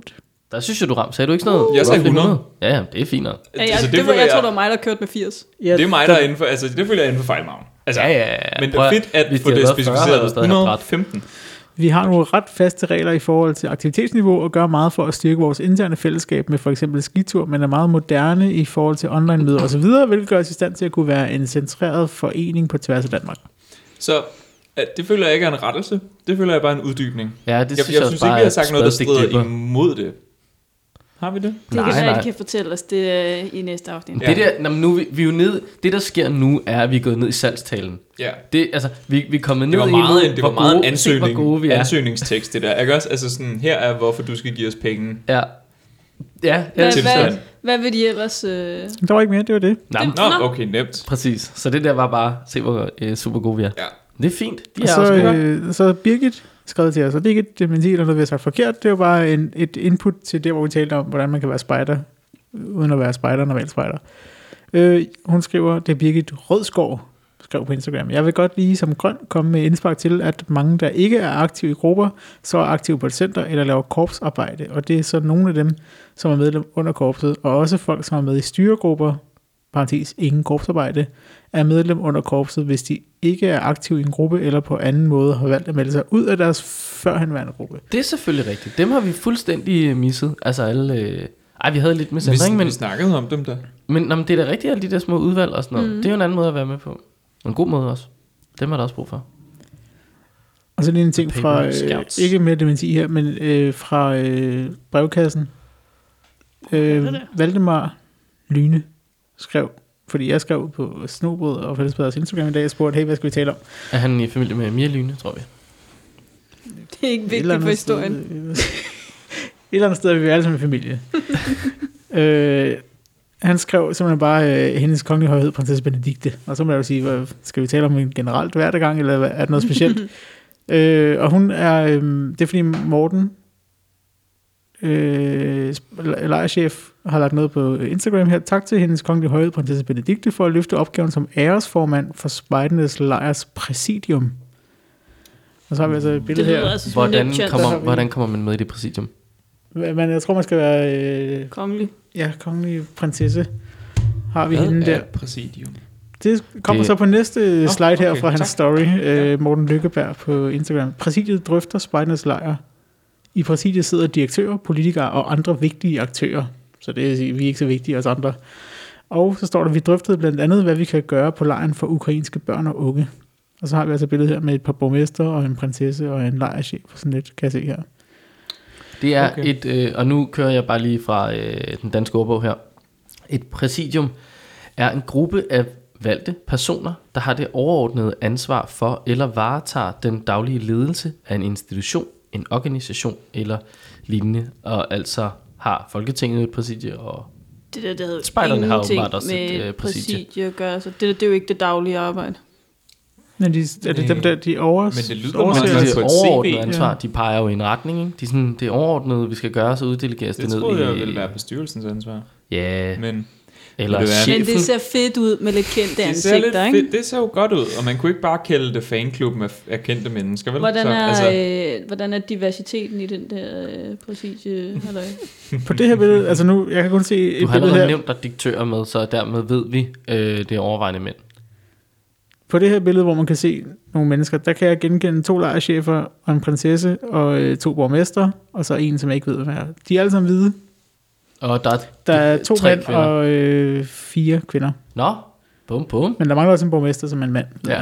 Der synes jeg, du ramte. Sagde du ikke sådan noget? Jeg sagde hundrede. Ja, ja, det er fint nok. Ja, jeg, Altså, det, det var, føler jeg tror, det var mig, der kørte med firs. Ja, Det er mig, der er inden for, altså det føler jeg er inden for fejlmargen. Altså, Ja, ja, ja. men det Prøv er at- fedt at hvis få de havde det været fyrre, havde specificeret. du stadig haft hundrede ret. og femten. Vi har nogle ret faste regler i forhold til aktivitetsniveau og gør meget for at styrke vores interne fællesskab med for eksempel skitur, men er meget moderne i forhold til online-møder osv., hvilket gør os i stand til at kunne være en centreret forening på tværs af Danmark. Så at det føler jeg ikke er en rettelse. Det føler jeg bare er en uddybning. Ja, det Jeg, synes jeg, jeg, jeg også synes bare ikke, vi er har et sagt noget, der spadestik strider dybere. imod det. Har vi det? Det Nej, kan nej. jeg kan fortælle os det øh, i næste afsnit. Ja. Det der, nå, men nu, er vi, vi er jo ned, det der sker nu, er, at vi er gået ned i salgstalen. Ja. Det, altså, vi, vi er kommet ned Det var i meget, nu, en, det hvor var meget en gode- se, ansøgning, hvor gode vi er. ansøgningstekst, det der. Jeg også, altså sådan, her er, hvorfor du skal give os penge. Ja. Ja, ja. Hvad, tilstand. hvad, hvad vil de ellers... Øh... Der var ikke mere, det var det. Nå, men, Nå, Nå. okay, nemt. præcis. Så det der var bare, se hvor øh, super gode vi er. Ja. Det er fint. De Og er så, også gode. øh, så Birgit skrev til os, og det er ikke et dementi eller noget, vi har sagt forkert, det var bare en, et input til det, hvor vi talte om, hvordan man kan være spejder, uden at være spejder, normal spejder. Øh, hun skriver, det er Birgit Rødskov, skrev på Instagram. Jeg vil godt lige som grøn komme med indspark til, at mange, der ikke er aktive i grupper, så er aktive på et center eller laver korpsarbejde, og det er så nogle af dem, som er medlem under korpset, og også folk, som er med i styregrupper, parentes ingen korpsarbejde, er medlem under korpset, hvis de ikke er aktive i en gruppe, eller på anden måde har valgt at melde sig ud af deres førhenværende gruppe. Det er selvfølgelig rigtigt. Dem har vi fuldstændig misset. Altså alle... Øh... Ej, vi havde lidt med Vi, sendring, men, vi snakkede om dem der. men nå, men det er da rigtigt, alle de der små udvalg og sådan noget. Mm. Det er jo en anden måde at være med på. En god måde også. Dem er der også brug for. Og så lige en ting Paper fra, øh, Scouts. ikke mere dementi her, men øh, fra øh, brevkassen. Øh, Hvad er det? Valdemar Lyne skrev, fordi jeg skrev på Snobrød og Fællesbaders Instagram i dag, og spurgte, hey, hvad skal vi tale om? Er han i familie med Mia Lyne, tror vi? Det er ikke Et eller vigtigt andet for historien. Sted, øh, et eller andet sted er vi alle sammen en familie. øh, han skrev simpelthen bare, øh, hendes kongelige højhed, prinsesse Benedikte. Og så må jeg jo sige, hvad, skal vi tale om en generelt hverdagang, eller hvad- er det noget specielt? øh, og hun er, øh, det er fordi Morten, øh, lejrchef, har lagt noget på Instagram her. Tak til hendes kongelige højhed, prinsesse Benedikte, for at løfte opgaven som æresformand for Spejdernes Lejrs præsidium. Og så har vi altså et billede Det her. lyder altså som en Hvordan nem chance. Der har kommer, vi- hvordan kommer man med i det præsidium? Men jeg tror, man skal være øh, Kongelig. ja, kongelig prinsesse. Har vi Hvad hende er der. præsidium? Det kommer Det- så på næste Nå, slide her okay, fra hans tak. story. Øh, Morten Lykkeberg på Instagram. Præsidiet drøfter Spejdernes Lejr. I præsidiet sidder direktører, politikere og andre vigtige aktører. Så det vil sige, vi er ikke så vigtige os andre. Og så står der, vi drøftede blandt andet, hvad vi kan gøre på lejren for ukrainske børn og unge. Og så har vi altså et billede her med et par borgmester og en prinsesse og en lejrchef og sådan lidt, kan jeg se her. Det er Okay. et, øh, og nu kører jeg bare lige fra øh, den danske ordbog her. Et præsidium er en gruppe af valgte personer, der har det overordnede ansvar for eller varetager den daglige ledelse af en institution, en organisation eller lignende, og altså har Folketinget et præsidie og Det der, det havde Spejderne har ingenting åbenbart også et, med øh, præsidie. præsidie at gøre. Så det, der, det er jo ikke det daglige arbejde. Men de, er det dem der, de over, Men det lyder overser- meget det godt på er et C V. overordnet ansvar. Ja. De peger jo i en retning, ikke? De er sådan, det er overordnet, vi skal gøre, så uddelegeres det, Det ned troede jeg i... ville være bestyrelsens ansvar. Ja, Men eller Ved du hvad? chefen. Men det ser fedt ud med lidt kendte det ser lidt ansigter, ikke? fedt. Det ser jo godt ud, og man kunne ikke bare kalde det fanklubben af, af kendte mennesker, vel? Hvordan Så, er, altså, øh, hvordan er diversiteten i den der øh, præsidie? Halløj? På det her billede, altså nu, jeg kan kun se et Du har billede allerede her. nævnt, der er direktører med, så dermed ved vi, øh, det er overvejende mænd. På det her billede, hvor man kan se nogle mennesker, der kan jeg genkende to lejrchefer og en prinsesse og øh, to borgmester, og så en, som jeg ikke ved, hvad er. De er alle sammen hvide. Og der er, Der er to tre mænd kvinder. og øh, fire kvinder. Nå, bum bum. Men der mangler også en borgmester, som er en mand. Ja.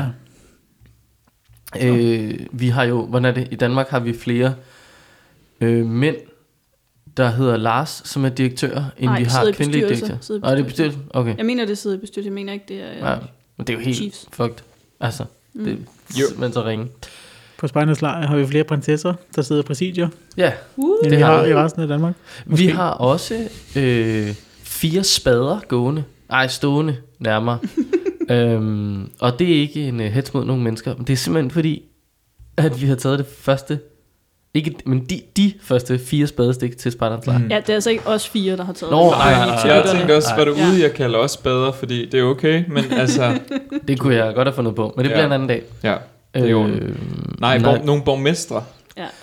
Øh, vi har jo, hvordan er det? I Danmark har vi flere øh, mænd, der hedder Lars, som er direktør, end Nej, vi har sidder i kvindelige bestyrelser. direktører. Sidder i Og det er bestyrelser. bestyrelsen? Okay. Jeg mener, det sidder i bestyrelsen. Jeg mener ikke, det er... Ja, men det er jo helt Chiefs. fucked. Altså, det er Jo. simpelthen så ringe. På Spejdernes Lejr har vi flere prinsesser, der sidder i præsidier, Ja, Uh, end Det vi har har vi. i resten af Danmark. vi Måske. har også øh, fire spader gående. Ej, stående nærmere. øhm, og det er ikke en uh, hets mod nogle mennesker, men det er simpelthen fordi, at vi har taget det første, ikke, men de, de første fire spadestik til Spartans Lejr. Mm. ja, det er altså ikke os fire, der har taget Nå, det. nej, nej, nej, jeg nej. tænkte også, var du Ja. ude i at kalde os bedre, fordi det er okay, men altså, Det kunne jeg godt have fundet på, men det Ja. bliver en anden dag. ja, det er jo Øh, Nej, borg, nogle borgmestre. Ja.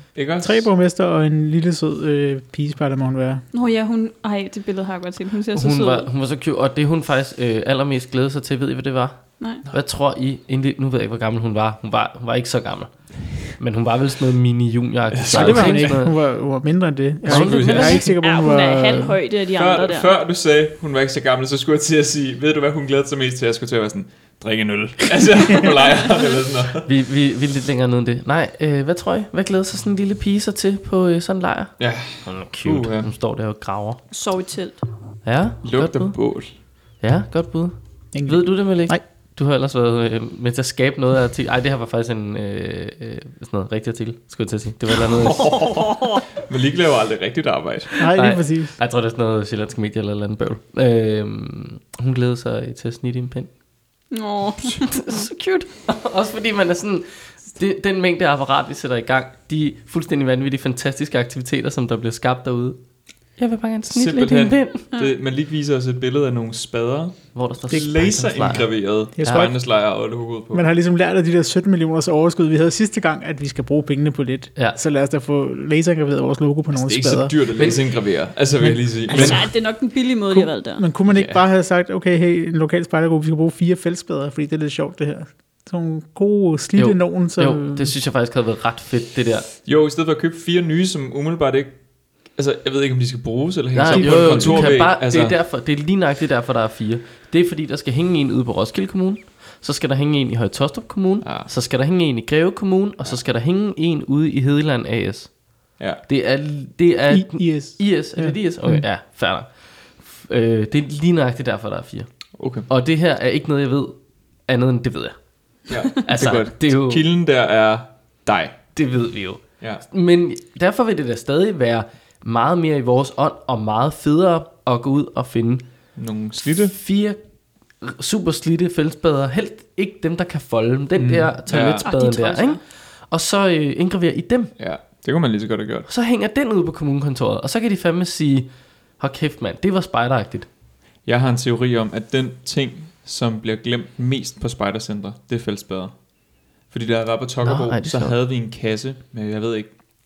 Ikke også? Tre borgmester og en lille sød øh, pigespejder må hun være. Nå ja, hun... Ej, det billede har jeg godt set. Hun ser så Hun sød var, ud. hun var så cute, og det hun faktisk øh, allermest glædede sig til, ved I hvad det var? Nej. Hvad tror I, egentlig, nu ved jeg ikke, hvor gammel hun var. Hun var, hun var ikke så gammel. Men hun var vel sådan noget mini-junior. Så det var hun ikke. Hun var, hun var mindre end det. Jeg er, Hun ikke, jeg er ikke sikker på, Ja, hun hun var... er halv højde af de andre Før, der. før du sagde, hun var ikke så gammel, så skulle jeg til at sige, ved du hvad hun glæder sig mest til? Jeg skulle til at være sådan, drikke en øl. Altså, på lejren eller sådan noget. Vi, vi, vi er lidt længere ned end det. Nej, øh, hvad tror I? Hvad glæder sig sådan en lille pige så til på øh, sådan en lejr? Ja, Hun er cute. Uh, ja. Hun står der og graver. Sov i telt. Ja, godt lugter bud. bål. Ja, godt bud. Ingen- Ved du det, Malik? Nej. Du har ellers været øh, med til at skabe noget af artikel. Ej, det her var faktisk en øh, øh, sådan noget rigtig artikel, skulle jeg til at sige. Det var et eller andet. Men lige laver aldrig rigtigt arbejde. Nej, lige Nej. præcis. Ej, jeg tror, det er sådan noget sjællandsk medie eller et eller andet bøvl. Øh, hun glæder sig til at snitte i en pind. Nå, så cute. Også fordi man er sådan... Det, den mængde af apparat, vi sætter i gang, de fuldstændig vanvittige, fantastiske aktiviteter, som der bliver skabt derude. Jeg vil bare gerne snitte lidt i en pind. Det, man lige viser os et billede af nogle spader. Hvor der står Det er Laserindgraveret Jeg tror, spejderslejr og det hovedet på. Man har ligesom lært af de der sytten millioners overskud, vi havde sidste gang, at vi skal bruge pengene på lidt. Ja. Så lad os da få lasergraveret vores logo på Det nogle er ikke så spader. dyrt at laserindgravere. Altså vil jeg lige sige. Altså, Men, nej, det er nok den billige måde, de har valgt der. Men kunne man ikke Ja. bare have sagt, okay, hey, en lokal spejdergruppe, vi skal bruge fire feltspader, fordi det er lidt sjovt det her. Sådan nogle gode, slidte Jo. nogen. Så... Jo, det synes jeg faktisk havde været ret fedt, det der. jo, i stedet for at købe fire nye, som umiddelbart ikke... Altså, jeg ved ikke, om de skal bruges eller hænge Nej, sammen jo, på en jo, du kontorvæg. kan bare, altså, det, er derfor, det er lige nøjagtigt derfor, der er fire. Det er fordi, der skal hænge en ude på Roskilde Kommune, så skal der hænge en i Høje Taastrup Kommune, Ja. så skal der hænge en i Greve Kommune, og så skal der hænge en ude i Hedeland A S. Ja. Det er, det er I, I S. I S, er det I S? Okay, Mm. ja, færdig. Øh, det er lige nøjagtigt derfor, der er fire. Okay. Og det her er ikke noget, jeg ved, andet end det ved jeg. Ja, Altså, det er godt. det er jo, Kilden der er dig. det ved vi jo. Ja. Men derfor vil det da stadig være meget mere i vores ånd, og meget federe at gå ud og finde Nogle slitte. fire super slidte fældspader. Helt ikke dem, der kan folde. Den Mm. mm. der Ah, toiletspaden de der, tosser. ikke? Og så øh, indgravere i dem. Ja, det kunne man lige så godt have gjort. Så hænger den ud på kommunekontoret. Og så kan de fandme sige, hold kæft mand, det var spejderagtigt. Jeg har en teori om, at den ting, som bliver glemt mest på spejdercentre, det er fældspader. Fordi da jeg var på Nå, Tokkerbo, ej, det er så sjovt. havde vi en kasse med, jeg ved ikke,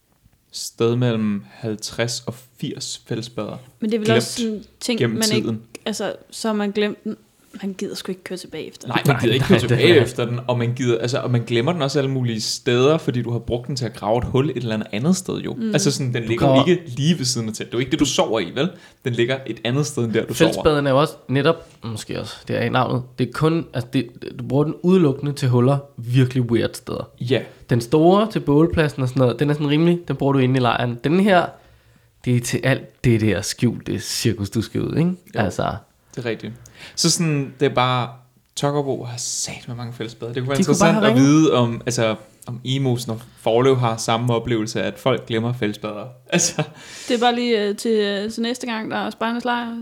sted mellem halvtreds og firs fældspader. Men det er vel Glemt også sådan en ting, gennem man tiden. ikke... Altså, så har man glemt den. Man gider sgu ikke køre tilbage efter den. Nej, man gider ikke køre nej, det tilbage er- efter den, og man gider, altså, og man glemmer den også alle mulige steder, fordi du har brugt den til at grave et hul et eller andet andet sted jo. Mm. Altså sådan, den ligger graver- jo ikke lige ved siden af til. Det er jo ikke det, du sover i, vel? Den ligger et andet sted end der, du sover. Fældspaden er jo også netop, måske også, det er i navnet, det er kun, altså det, du bruger den udelukkende til huller virkelig weird steder. Ja, Den store til bålpladsen og sådan noget, den er sådan rimelig, den bruger du inde i lejren. Den her, det er til alt det der skjulte cirkus, du skal ud, ikke? Jo. Altså, det er rigtigt. Så sådan, det er bare, Tokkerbo har sat med mange fællesbader. Det kunne være De kunne interessant bare at ringe. vide, om, altså, om Emos og Forlev har samme oplevelse af, at folk glemmer fællesbader. Altså, Det er bare lige uh, til, uh, til næste gang, der er spejdernes lejr.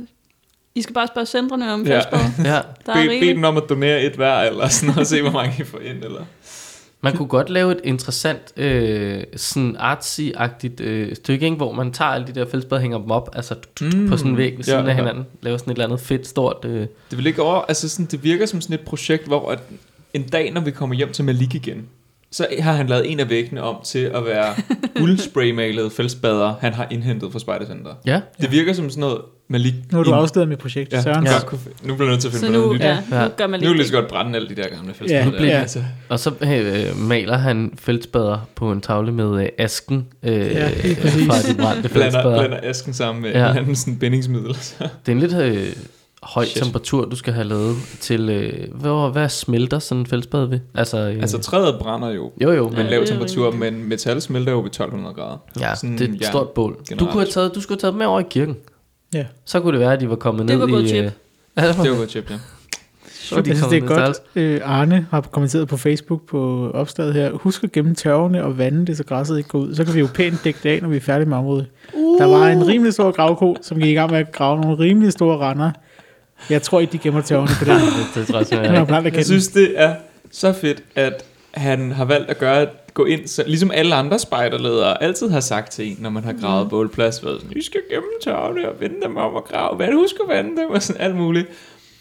I skal bare spørge centrene om Ja. fællesbader. ja. Der er bed, bed rigeligt. dem om at donere et hver, eller sådan noget, og se, hvor mange I får ind, eller... Man kunne godt lave et interessant, øh, sådan artsy-agtigt øh, stykke, ikke? Hvor man tager alle de der fællesbader og hænger dem op, altså Mm. på sådan en væg ved siden Ja, af ja. hinanden. Laver sådan et eller andet fedt, stort... Øh, Det vil ikke over, altså sådan, det virker som sådan et projekt, hvor at en dag, når vi kommer hjem til Malik igen, så har han lavet en af væggene om til at være guldspraymalede fældsbader, han har indhentet fra Spejdercenter. ja, Det virker som sådan noget, Malik... Nu er du ind- afsløret med projekt, Ja, Søren. ja. Ja. Nu bliver jeg nødt til at finde Så på noget nu, nyt. ja, Ja. nu gør man Nu vil lige jeg så godt brænde alle de der gamle fældsbader. Ja, der. ja. Altså, og så øh, maler han fældspader på en tavle med øh, asken øh, Ja, lige præcis. fra de brændte blander, fældspader. blander asken sammen med Ja. ja. en eller anden sådan bindingsmiddel. Det er en lidt øh, høj Shit. temperatur, du skal have lavet til... Øh, hvor, hvad smelter sådan en fældsbad ved? Altså, øh, Altså træet brænder jo jo jo, med men en lav det er temperatur, rigtigt. men metal smelter jo ved tolv hundrede grader. ja, sådan det er et jern stort bål. Du, generelt. kunne have taget, du skulle have taget dem med over i kirken. Ja. Så kunne det være, at de var kommet Det ned var god i... tip. Øh, ja, det var, Det var godt chip, ja. så de Jeg synes, kom det er ned til godt. Øh, Arne har kommenteret på Facebook på opslaget her. Husk at gemme tørvene og vande det, så græsset ikke går ud. Så kan vi jo pænt dække det af, når vi er færdige med området. Uh. Der var en rimelig stor gravko, som gik i gang med at grave nogle rimelig store render. Jeg tror ikke, de gemmer tørvene på den. det, det tror jeg, Den har simpelthen, blandt at Jeg kende. synes, det er så fedt, at han har valgt at gøre, gå ind, så, ligesom alle andre spejderledere altid har sagt til en, når man har gravet mm. bålplads, været sådan, I skal gemme tørvene og vende dem om og grave, hvad husk at vande dem, og sådan alt muligt.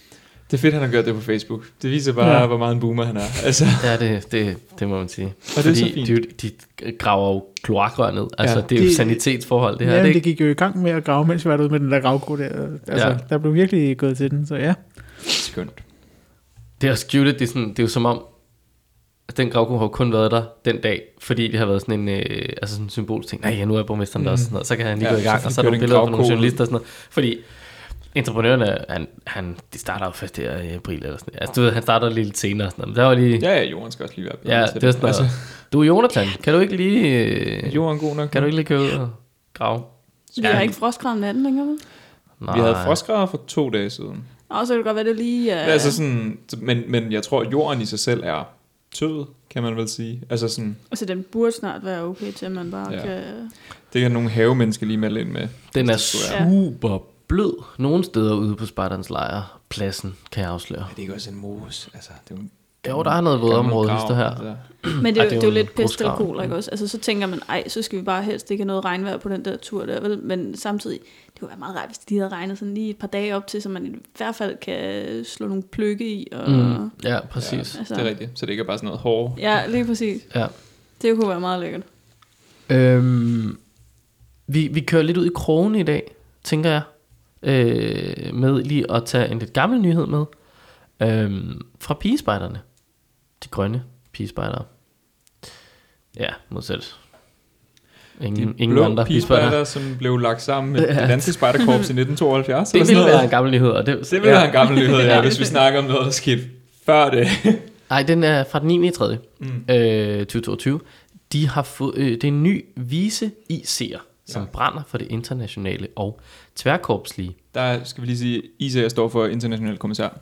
Det er fedt, han har gjort det på Facebook. Det viser bare, ja. hvor meget en boomer han er. Altså. Ja, det, det, det må man sige. Og det er Fordi så fint. de, de graver jo kloakrør ned. Altså, Ja. det er jo Det- sanitetsforhold, det her. Ja, det, er det ikke- gik jo i gang med at grave, mens vi var derude med den der gravko der. Altså, Ja. der blev virkelig gået til den, så ja. Skønt. det er også cute, det er, sådan, det er jo som om, at den gravko har jo kun været der den dag, fordi det har været sådan en øh, altså sådan en symbolsk ting. Nej, ja, nu er borgmesteren mm. der også. Sådan noget. Så kan han lige Ja, gå i gang, så og så er kører der nogle den billeder fra nogle gravko ud. journalister og sådan noget. Fordi entreprenørerne, han, han, de starter jo først her i april eller sådan noget. Altså, du ved, han starter lidt senere og sådan noget. Men der var lige... Ja, ja, Johan skal også lige være bedre Ja, til det er sådan noget. Altså, Du er Jonathan, kan du ikke lige... Øh, Johan god nok. kan du ikke lige køre ud og grave? Vi har ikke frostgrav natten længere, vel? Nej. Vi havde frostgrader for to dage siden. Og så kan det godt være, det lige er... Ja. Altså sådan, men, men jeg tror, at jorden i sig selv er tød, kan man vel sige. Altså sådan, Altså, den burde snart være okay til, at man bare Ja. ja. kan... det kan nogle havemennesker lige melde ind med. Den er hvis det skulle være. super blød. Nogle steder ude på Spartans lejr. Pladsen, kan jeg afsløre. Er det ikke også en mos? Altså, det er jo en Jo, der er noget vådområde, hister her. Altså. Men det Ej, er, jo, det er det er jo jo lidt en pest eller grusgrav. kolera, ikke også? Altså, så tænker man, ej, så skal vi bare helst ikke have noget regnvejr på den der tur der, vel? Men samtidig, det kunne være meget rart, hvis de havde regnet sådan lige et par dage op til, så man i hvert fald kan slå nogle pløkke i. Og, Mm, ja, præcis. Ja, Altså. det er rigtigt. Så det ikke er bare sådan noget hårdt. ja, lige præcis. Ja. Det kunne være meget lækkert. Øhm, vi, vi kører lidt ud i krogen i dag, tænker jeg. Øh, med lige at tage en lidt gammel nyhed med. Øhm, fra pigespejderne. De grønne pigespejdere. Ja, modsat. Ingen, De ingen blå andre pigespejdere. pigespejder, som blev lagt sammen med Ja. det danske spejderkorps i nitten tooghalvfjerds. Det eller sådan ville noget. være en gammel nyhed. Og det, Det ville være en gammel nyhed, ja, hvis vi snakker om noget, der skete før det. Nej, den er fra den niende tredje Mm. øh, tyve toogtyve. De har fået, øh, det er en ny vise I C'er, som Ja. brænder for det internationale og tværkorpslige. Der skal vi lige sige, I C R står for international kommissær.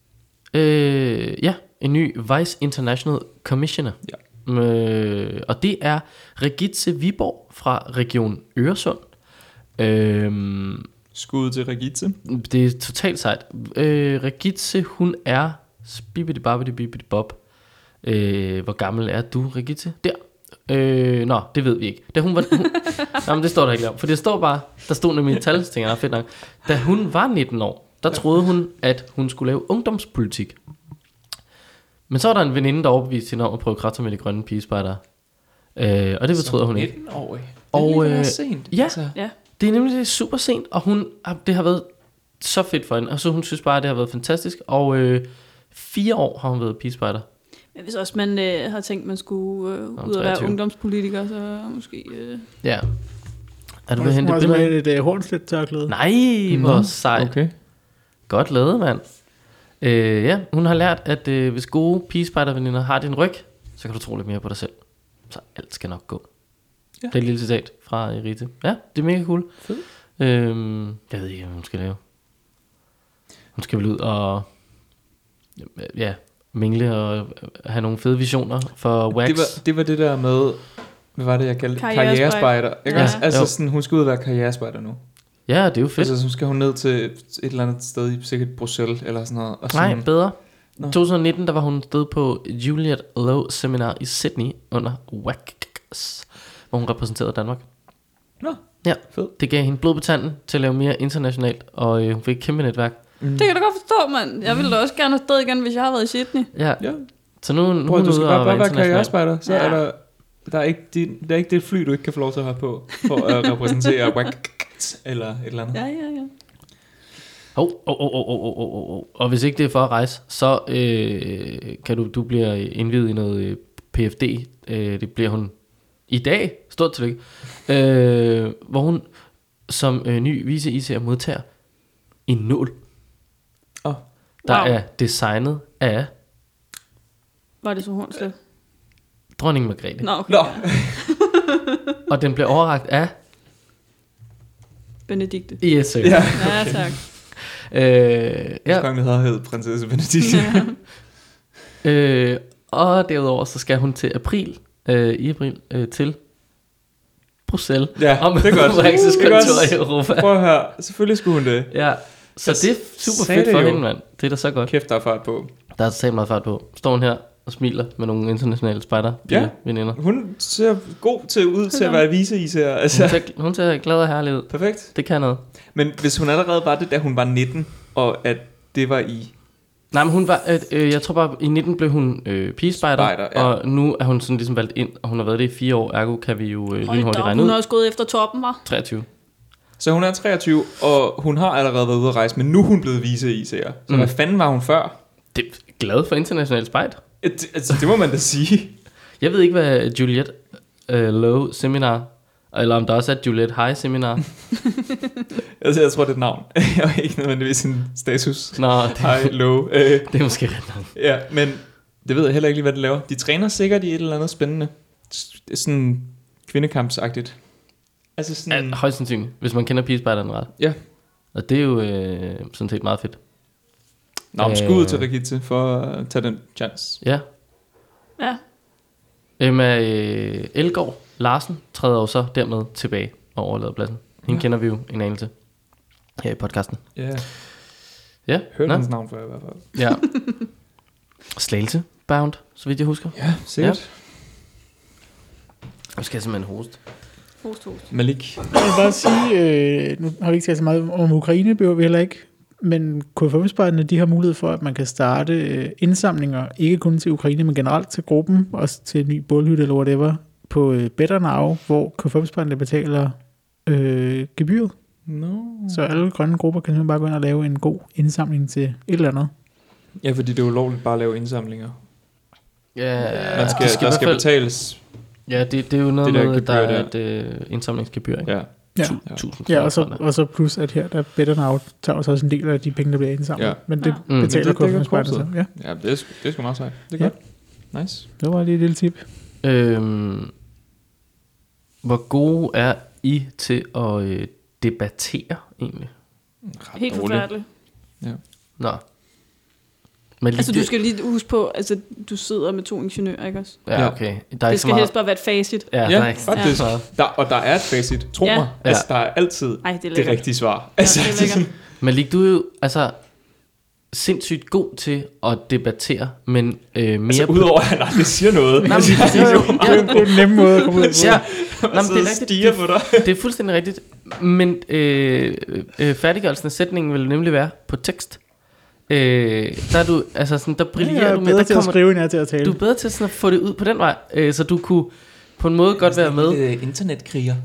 Øh, ja, en ny Vice International Commissioner. Ja. Øh, og det er Regitze Viborg fra Region Øresund. Øh, Skud til Regitze. det er totalt sejt. Øh, Regitze, hun er bibidi babidi bibidi bob. Øh, hvor gammel er du, Regitze? Der. Øh, nå, det ved vi ikke. Da hun var, hun, nej, men det står der ikke om. For det står bare, der stod nemlig et tal, så tænker jeg, fedt nok. Da hun var nitten år, der troede hun, at hun skulle lave ungdomspolitik. Men så var der en veninde, der overbeviste hende om at prøve kræfter med de grønne pigespejder. Øh, og det betyder hun ikke. nitten-årig. Og, Og, øh, øh, sent. ja. Altså. Ja. Det er nemlig det er super sent, og hun, har- det har været så fedt for hende. Og så hun synes bare, at det har været fantastisk. Og øh, fire år har hun været pigespejder. Men hvis også man øh, har tænkt, man skulle øh, ud og være treogtyve. ungdomspolitiker, så måske... Øh, Ja. Er du Hun ved at hente har et simpelthen billede? et uh, hornslet tørklæde. Nej, hvor sejt. Okay. Godt lavet, mand. Øh, ja, hun har lært, at øh, hvis gode pigespejderveninder har din ryg, så kan du tro lidt mere på dig selv. Så alt skal nok gå. Ja. Det er et lille citat fra Rite. Ja, det er mega cool. Fedt. Øhm, jeg ved ikke, hvad hun skal lave. Hun skal vel ud og ja, mingle og have nogle fede visioner for Wax. Det var, det var det der med, hvad var det, jeg kaldte? Karrierespejder. Karrierespejder. Ikke Ja. også? Altså Jo. sådan, hun skal ud og være karrierespejder nu. Ja, det er jo fedt. Altså, så skal hun ned til et eller andet sted i sikkert Bruxelles eller sådan noget. Og sådan, Nej, bedre. Nå. I to tusind nitten, der var hun sted på Juliet Low Seminar i Sydney under Wax, hvor hun repræsenterede Danmark. Nå, Ja, fed. det gav hende blod på tanden til at lave mere internationalt, og øh, hun fik et kæmpe netværk. Mm. det kan jeg da godt forstå, mand. Jeg ville da også gerne afsted igen, hvis jeg havde været i Sydney. Ja, Ja. så nu, nu Prøv, er du hun skal ude bare, og bare være være international. karrierespejder, så Ja. er der, der, er ikke det, der er ikke det fly, du ikke kan få lov til at have på, for at repræsentere Wax eller et eller andet. Ja, ja, ja. Oh, oh, oh, oh, oh, oh, oh, oh. Og hvis ikke det er for at rejse, så øh, kan du, du bliver indviet i noget øh, P F D. Øh, det bliver hun i dag, stort tillykke, øh, hvor hun som øh, ny vice I C'er modtager en nål, Åh, der Wow. er designet af Var det så hornslet? dronning Margrethe. Nå, okay. Nå. Ja. Og den bliver overrakt af Benedikte. yes, sir. ja. Ja, tak. Øh, Ja. ja. Kongen havde hed prinsesse Benedikte. Ja. Øh, og derudover så skal hun til april, øh, i april, øh, til Bruxelles. Ja, om det er godt. Wax's Det er godt. kontor i Europa. Prøv at høre, selvfølgelig skulle hun det. Ja, så Jeg det er super sagde fedt det for jo. hende, mand. Det er da så godt. Kæft, der er fart på. Der er så meget fart på. Står hun her og smiler med nogle internationale spejder, Ja. veninder. Hun ser god til ud til at være vise i sig. Hun Altså, ser, hun ser glad og herlig ud. perfekt. Det kan noget. Men hvis hun allerede var det, da hun var nitten, og at det var i Nej, men hun var, øh, øh, jeg tror bare, i nitten blev hun øh, pigespejder, Spejder, ja. og nu er hun sådan ligesom valgt ind, og hun har været det i fire år, ergo kan vi jo øh, lynhurtigt regne Hun ud. har også gået efter toppen, var. treogtyve. Så hun er treogtyve, og hun har allerede været ude at rejse, men nu er hun blevet vice-I C'er. Så Mm. hvad fanden var hun før? Det er glad for international spejt. Et, altså, det må man da sige. Jeg ved ikke, hvad Juliet øh, Low Seminar, eller om der også er Juliet High Seminar. Altså, jeg tror, det er et navn. Jeg er ikke nødvendigvis en status. Nå, det, High, low. Øh, det er måske ret nok. ja, men det ved jeg heller ikke lige, hvad det laver. De træner sikkert i et eller andet spændende. S- Sådan kvindekampsagtigt. Altså sådan... Ja, højst sandsynligt, hvis man kender pigespejderen ret. Ja. Og det er jo øh, sådan set meget fedt. Nå, men Øh. skud til Rigitte for at tage den chance. Ja. Ja. Emma øh, Elgård Larsen træder jo så dermed tilbage og overlader pladsen. Hende Ja. kender vi jo en anelse her i podcasten. Ja, Ja, hørte nå. hans navn før i hvert fald. Ja. Slagelse bound, så vidt jeg husker. Ja, sikkert. Nu skal jeg simpelthen hoste. Host, host. Malik. Jeg vil bare sige, øh, nu har vi ikke talt så meget om Ukraine, behøver vi heller ikke, men K F M-spejderne, de har mulighed for, at man kan starte øh, indsamlinger, ikke kun til Ukraine, men generelt til gruppen, også til ny bålhytte eller whatever, på øh, Better Now, hvor K F M-spejderne betaler øh, gebyret. No. Så alle grønne grupper kan simpelthen bare gå ind og lave en god indsamling til et eller andet. Ja, fordi det er ulovligt bare at lave indsamlinger. Ja, Man skal, de skal der i skal hvert fald- betales. Ja, det, det er jo noget Det der med, at der gebyr er der. et øh, indsamlingsgebyr, ikke? Ja. Ja. Tu- Ja. Tusind Ja, og så, kroner. og så plus, at her, der Better Now tager også en del af de penge, der bliver indsamlet. Ja. Men det Mm. betaler Men det K F dækker M-spejderne så. korpset. Ja, Ja, det er, sgu- det er sgu meget sejt. Det er Ja. godt. Nice. det var lige et lille tip. Øhm, hvor gode er I til at øh, debattere egentlig? Ret Helt dårligt. forfærdeligt. Nå. Men lige Altså, du det- skal lige huske på, altså, du sidder med to ingeniører, ikke også? Ja, okay. Der er Det ikke så skal meget. helst bare være et facit. Ja, Ja, der er ikke faktisk. så meget. Der, og der er et facit. Tro Ja. mig. Ja. Altså, der er altid Ej, det er det lækkert. rigtige svar. Ja, Altså, det er lækkert. Men Lig, du er jo altså sindssygt god til at debattere, men øh, mere altså på... udover at han aldrig siger noget. Nej, men, Altså, jo, jo, Det er, det er en nem måde at komme ud af. ja, ja. Nå, men det er rigtigt. stiger på dig. det er fuldstændig rigtigt. Men øh, øh, færdiggørelsen af sætningen vil nemlig være på tekst. Øh, der er du, altså sådan, der brillerer Jeg er du med, bedre der til at kommer, skrive, end jeg er til at tale. du er bedre til sådan at få det ud på den vej, øh, så du kunne på en måde godt være med. Internetkriger.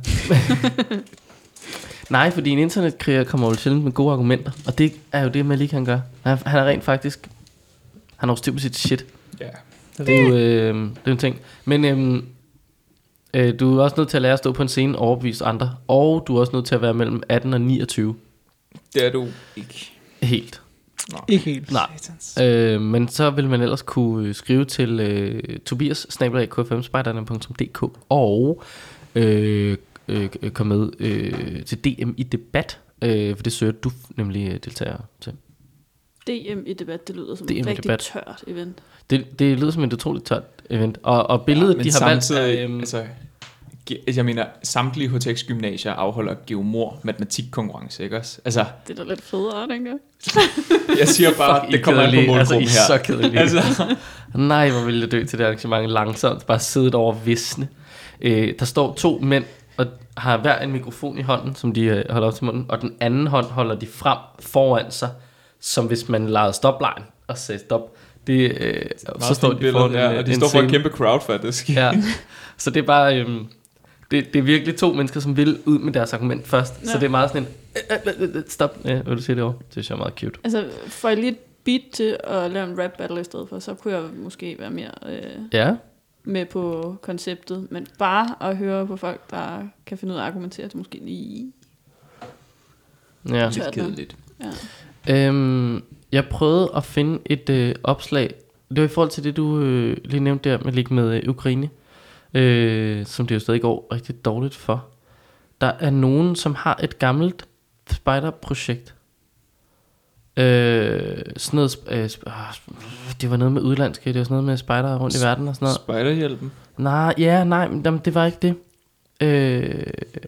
Nej, fordi en internetkriger kommer jo sjældent med gode argumenter, og det er jo det, Malik han gør. Han, han er rent faktisk, han har jo styr på sit shit. Ja. Det er jo, øh, det er jo en ting. Men øh, øh, du er også nødt til at lære at stå på en scene og overbevise andre, og du er også nødt til at være mellem atten og niogtyve. Det er du ikke. Helt. Ikke helt. Nej. Øh, men så vil man ellers kunne øh, skrive til øh, Tobias snabel-a k f m spejderne punktum d k og øh, øh, komme med øh, til D M i debat, øh, for det søger du nemlig øh, deltager til. D M i debat, det lyder som D M i et rigtig debat. tørt event. Det, det lyder som et utroligt tørt event, og, og billedet, men de har valgt, samtidig, er, øhm, altså, ge- jeg mener, samtlige H T X gymnasier afholder geomor matematikkonkurrence, ikke også? Altså, Det er da lidt federe, tænker jeg. jeg siger bare, fuck, I det kommer an på kedelige. målgruppen altså, I er her. så kedelige. Altså, Nej, hvor ville jeg dø til det arrangement langsomt. Bare sidde over visne. Øh, der står to mænd og har hver en mikrofon i hånden, som de øh, holder op til munden, og den anden hånd holder de frem foran sig, som hvis man lavede stopline og sagde stop. Det, øh, så står de foran ja, en, og de en står for et scene. kæmpe crowd, faktisk. Ja. Så det er bare øhm, det, det er virkelig to mennesker, som vil ud med deres argument først. Ja. Så Ja. det er meget sådan en øh, øh, øh, stop. Ja, vil du sige det over? Det synes jeg er meget cute. Altså, får jeg lige et beat til at lave en rap battle i stedet for, så kunne jeg måske være mere øh, Ja. med på konceptet. Men bare at høre på folk, der kan finde ud af at argumentere, det er måske lige Ja. tørt nok. Kedeligt. Ja. Øhm, jeg prøvede at finde et øh, opslag. Det var i forhold til det, du øh, lige nævnte der med, lige med øh, Ukraine. Øh, som det jo stadig går rigtig dårligt for. Der er nogen, som har et gammelt spejderprojekt. Øh, sådan noget, sp- øh, sp- ah, det var noget med udlandske, det var sådan noget med spejdere rundt i verden og sådan noget. Spejderhjælpen. Nej, ja, nej, men jamen, det var ikke det. Øh,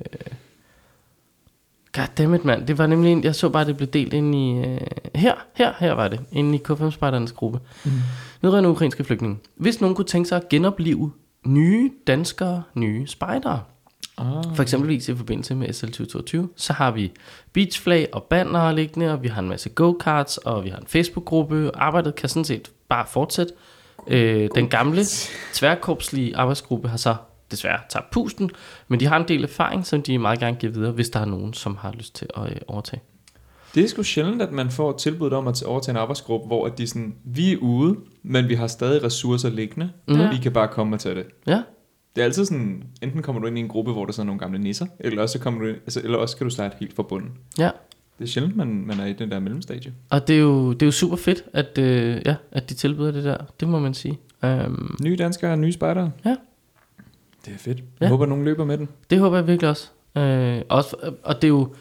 Goddammit, mand. Det var nemlig en, jeg så bare, det blev delt ind i... Øh, her, her, her var det. Inde i K fem spejdernes gruppe. Mm. Vedrørende ukrainske flygtninge. Hvis nogen kunne tænke sig at genopleve nye danskere, nye spejdere. Ah. For eksempelvis i forbindelse med S L tyve toogtyve, så har vi beachflag og banner liggende, og vi har en masse go-karts, og vi har en Facebook-gruppe. Arbejdet kan sådan set bare fortsætte. Øh, den gamle tværkorpslige arbejdsgruppe har så desværre tabt pusten, men de har en del erfaring, som de meget gerne giver videre, hvis der er nogen, som har lyst til at øh, overtage. Det er sgu sjældent, at man får tilbud om at overtage en arbejdsgruppe, hvor at de sådan, vi er ude, men vi har stadig ressourcer liggende, Mhm. og vi kan bare komme og tage det. Ja, Det er altid sådan, enten kommer du ind i en gruppe, hvor der er nogle gamle nisser, eller også, så kommer du ind, altså, eller også kan du starte helt fra bunden. ja. Det er sjældent, man, man er i den der mellemstadie. Og det er jo, det er jo super fedt, at, øh, ja, at de tilbyder det der. Det må man sige. Um, Nye danskere og nye spejdere. Ja. Det er fedt. Jeg Ja. håber, nogen løber med den. Det håber jeg virkelig også. Øh, også og det er jo,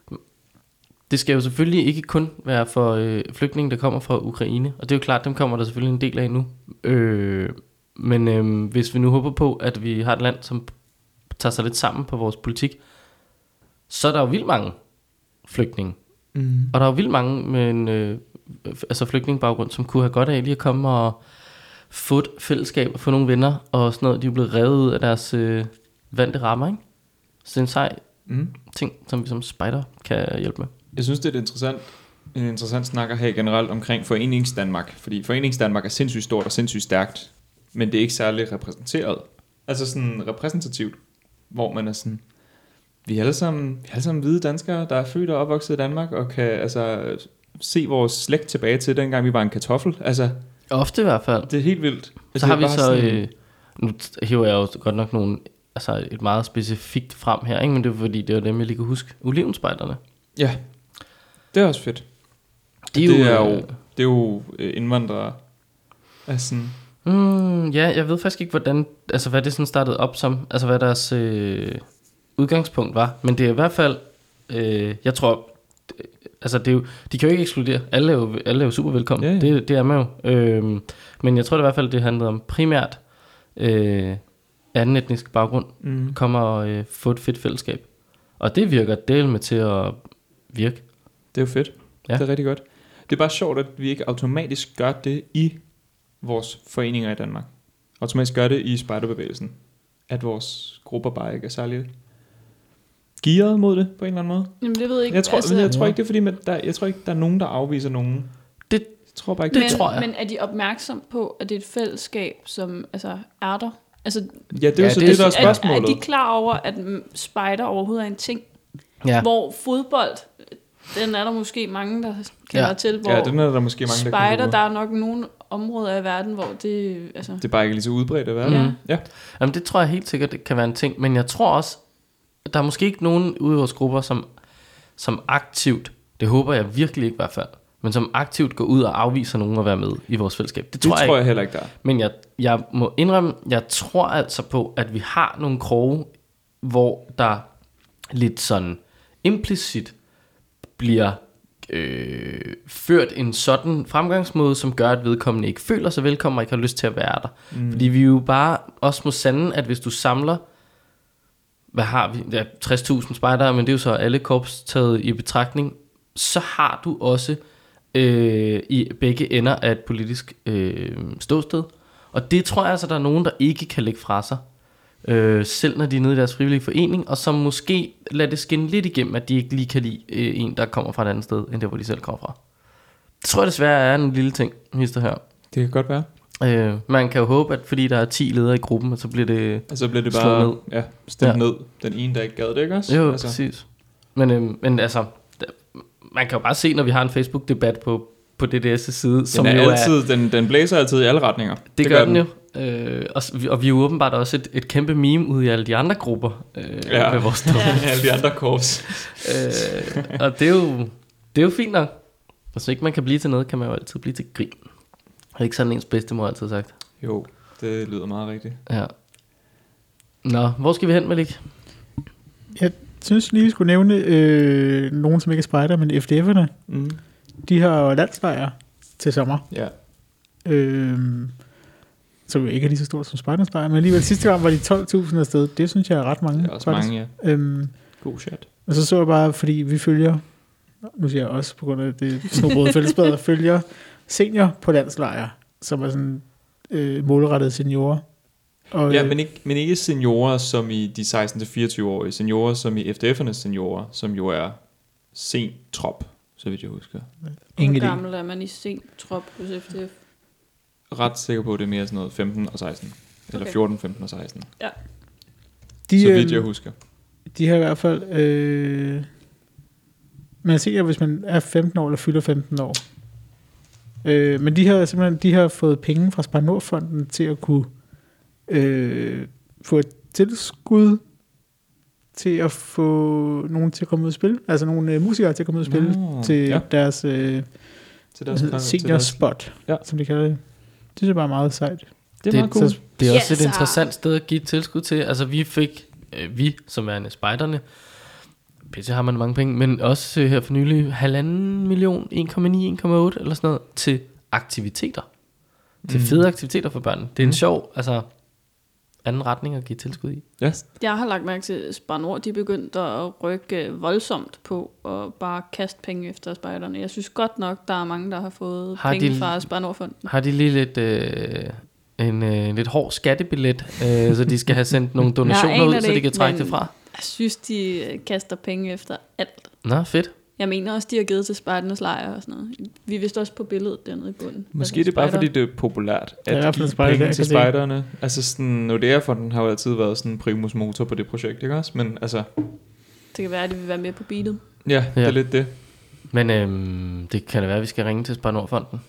det skal jo selvfølgelig ikke kun være for øh, flygtninge, der kommer fra Ukraine. Og det er jo klart, dem kommer der selvfølgelig en del af nu. Øh, men øh, hvis vi nu håber på, at vi har et land, som tager sig lidt sammen på vores politik, så er der jo vildt mange flygtninge. Mm. Og der er jo vildt mange med en øh, altså flygtningebaggrund, som kunne have godt af lige at komme og få et fællesskab og få nogle venner og sådan noget. De er blevet revet ud af deres øh, vante rammer, ikke? Så det er en sej Mm. ting, som vi som spejder kan hjælpe med. Jeg synes, det er et interessant, en interessant snak at have generelt omkring Forenings-Danmark. Fordi Forenings-Danmark er sindssygt stort og sindssygt stærkt, men det er ikke særlig repræsenteret. Altså sådan repræsentativt, hvor man er sådan, vi er alle sammen, vi er alle sammen hvide danskere, der er født og opvokset i Danmark, og kan altså se vores slægt tilbage til, dengang vi var en kartoffel. Altså, Ofte i hvert fald. det er helt vildt. Så Altså, har det vi er bare så, sådan- øh, nu hiver jeg jo godt nok nogle, altså et meget specifikt frem her, ikke? Men det er fordi, det er dem, jeg lige kan huske. Olivenspejderne. Ja, det er også fedt. De det, er øh, jo, det er jo øh, indvandrere. Altså, Mm, ja, jeg ved faktisk ikke, hvordan, altså hvad det sådan startede op som, altså hvad deres øh, udgangspunkt var, men det er i hvert fald, øh, jeg tror, øh, altså det er jo, de kan jo ikke ekskludere, alle er jo, alle er jo super velkommen, Ja, ja. Det, det er man jo, øh, men jeg tror det i hvert fald, det handlede om primært øh, anden etnisk baggrund, mm. kommer og øh, få et fedt fællesskab, og det virker del med til at virke. Det er jo fedt. Ja. Ja. Det er rigtig godt. Det er bare sjovt, at vi ikke automatisk gør det i vores foreninger i Danmark. Automatisk gør det i spejderbevægelsen. At vores grupper bare ikke er særlig gearet mod det på en eller anden måde. Jamen, det ved jeg ikke. Jeg tror, altså, jeg tror ja. ikke, det er fordi, man, der, jeg tror ikke, der er nogen, der afviser nogen. Det- jeg tror bare ikke, det men, tror jeg. Men er de opmærksom på, at det er et fællesskab, som altså, er der? Altså, Ja, det er jo Ja, så det det, er der er så- er, spørgsmålet. er de klar over, at mm, spejder overhovedet er en ting? Ja, Hvor fodbold, den er der måske mange, der kender Ja. til. Hvor Ja, den er der måske mange, der kan spejder, lure. der er nok nogle områder i verden, hvor det... Altså, Det er bare ikke lige så udbredt at være. Ja. der. Ja. jamen det tror jeg helt sikkert, det kan være en ting, men jeg tror også, at der er måske ikke nogen ude i vores grupper, som, som aktivt, det håber jeg virkelig ikke i hvert fald, men som aktivt går ud og afviser nogen at være med i vores fællesskab. Det Det tror, tror jeg, jeg ikke. heller ikke, der er. Men jeg, jeg må indrømme, jeg tror altså på, at vi har nogle kroge, hvor der lidt sådan implicit bliver øh, ført en sådan fremgangsmåde, som gør, at vedkommende ikke føler sig velkommen og ikke har lyst til at være der. Mm. Fordi vi jo bare også må sande, at hvis du samler, hvad har vi, ja, tres tusind spejdere, men det er jo så alle korps taget i betragtning, så har du også øh, i begge ender af et politisk øh, ståsted. Og det tror jeg altså, der er nogen, der ikke kan lægge fra sig. Øh, selv når de er nede i deres frivillige forening, og som måske lader det skinne lidt igennem, at de ikke lige kan lide øh, en, der kommer fra et andet sted, end der, hvor de selv kommer fra. Det tror jeg desværre er en lille ting, hister her. Det kan godt være. Øh, man kan jo håbe, at fordi der er ti ledere i gruppen, så bliver det... Og så bliver det Slå bare ned. ja, stemt Ja. ned. Den ene, der ikke gad det, ikke også? Jo, altså. Præcis. Men, øh, men altså, der, man kan jo bare se, når vi har en Facebook-debat på, på D D S' side, som Den, er jo altid, den, den blæser altid i alle retninger. Det, det gør, gør den jo. Øh, og, s- vi- og vi er jo åbenbart også et, et kæmpe meme ude i alle de andre grupper øh, Ja. med vores story. Alle de andre korps. øh, og det er, jo, det er jo fint nok. Hvis ikke man kan blive til noget, kan man jo altid blive til grin. Er ikke sådan ens bedstemor altid sagt? Jo, det lyder meget rigtigt. Ja. Nå, hvor skal vi hen, Malik? Jeg synes lige, vi skulle nævne øh, nogen, som ikke er spejder, men F D F'erne. Mm. De har jo landslejr til sommer. Ja. Øh, som jo ikke er lige så stort som spejdernes lejr, men alligevel sidste gang var de tolv tusind afsted. Det synes jeg er ret mange. Det er også faktisk. mange, ja. Øhm, God chat. og så så jeg bare, fordi vi følger, nu siger jeg også på grund af det snobrøde fællesbad, følger senior på landslejr, som er sådan øh, målrettede seniorer. Og, Ja, men ikke, men ikke seniorer som i de seksten til fireogtyve-årige. Seniorer som i F D F'ernes seniorer, som jo er sen trop, så vidt jeg husker. ingen Hvor idé. gammel er man i sen trop hos F D F? Ret sikker på, at det er mere sådan noget femten og seksten. Eller Okay. fjorten, femten og seksten. De, Så vidt øh, jeg husker. De har i hvert fald... Øh, man ser, hvis man er femten år eller fylder femten år. Øh, men de har simpelthen de har fået penge fra Spar Nord-fonden til at kunne øh, få et tilskud til at få nogen til at komme ud og spille. Altså nogle øh, musikere til at komme ud og spille Nå, til ja. deres, øh, Til hvad deres, hedder, til senior deres- spot, Ja. som de kalder det. Det synes jeg bare er meget sejt. Det er Det- meget cool. Så, Det er også Yes, et ah. interessant sted at give et tilskud til. Altså vi fik, øh, vi som er spejderne, P C har man mange penge, men også øh, her for nylig halvanden million, en komma ni, en komma otte eller sådan noget, til aktiviteter. Til Mm. fede aktiviteter for børn. Det er en Mm. sjov, altså anden retning at give tilskud i. Ja. Jeg har lagt mærke til, at Spar Nord, de begyndte at rykke voldsomt på og bare kaste penge efter spejderne. Jeg synes godt nok, der er mange, der har fået Har penge de- fra Spar Nord-fonden. Har de lige lidt, øh, en øh, lidt hård skattebillet, øh, så de skal have sendt nogle donationer aner ud, det så de ikke, kan trække men- det fra? Jeg synes, de øh, kaster penge efter alt. Nå, fedt. Jeg mener også, de har givet til spejdernes lejre og sådan noget. Vi er vist også på billedet dernede i bunden. Måske Altså, det er bare spejder. fordi det er populært Der er i at hvert fald give en spejder, penge der til kan se. spejderne. Altså sådan, Nordea-fonden har jo altid været sådan en primus motor på det projekt, ikke også? Men altså, Det kan være, at de vil være med på beatet. ja, det Ja. er lidt det. Men øhm, det kan da være, at vi skal ringe til Spar Nord-fonden.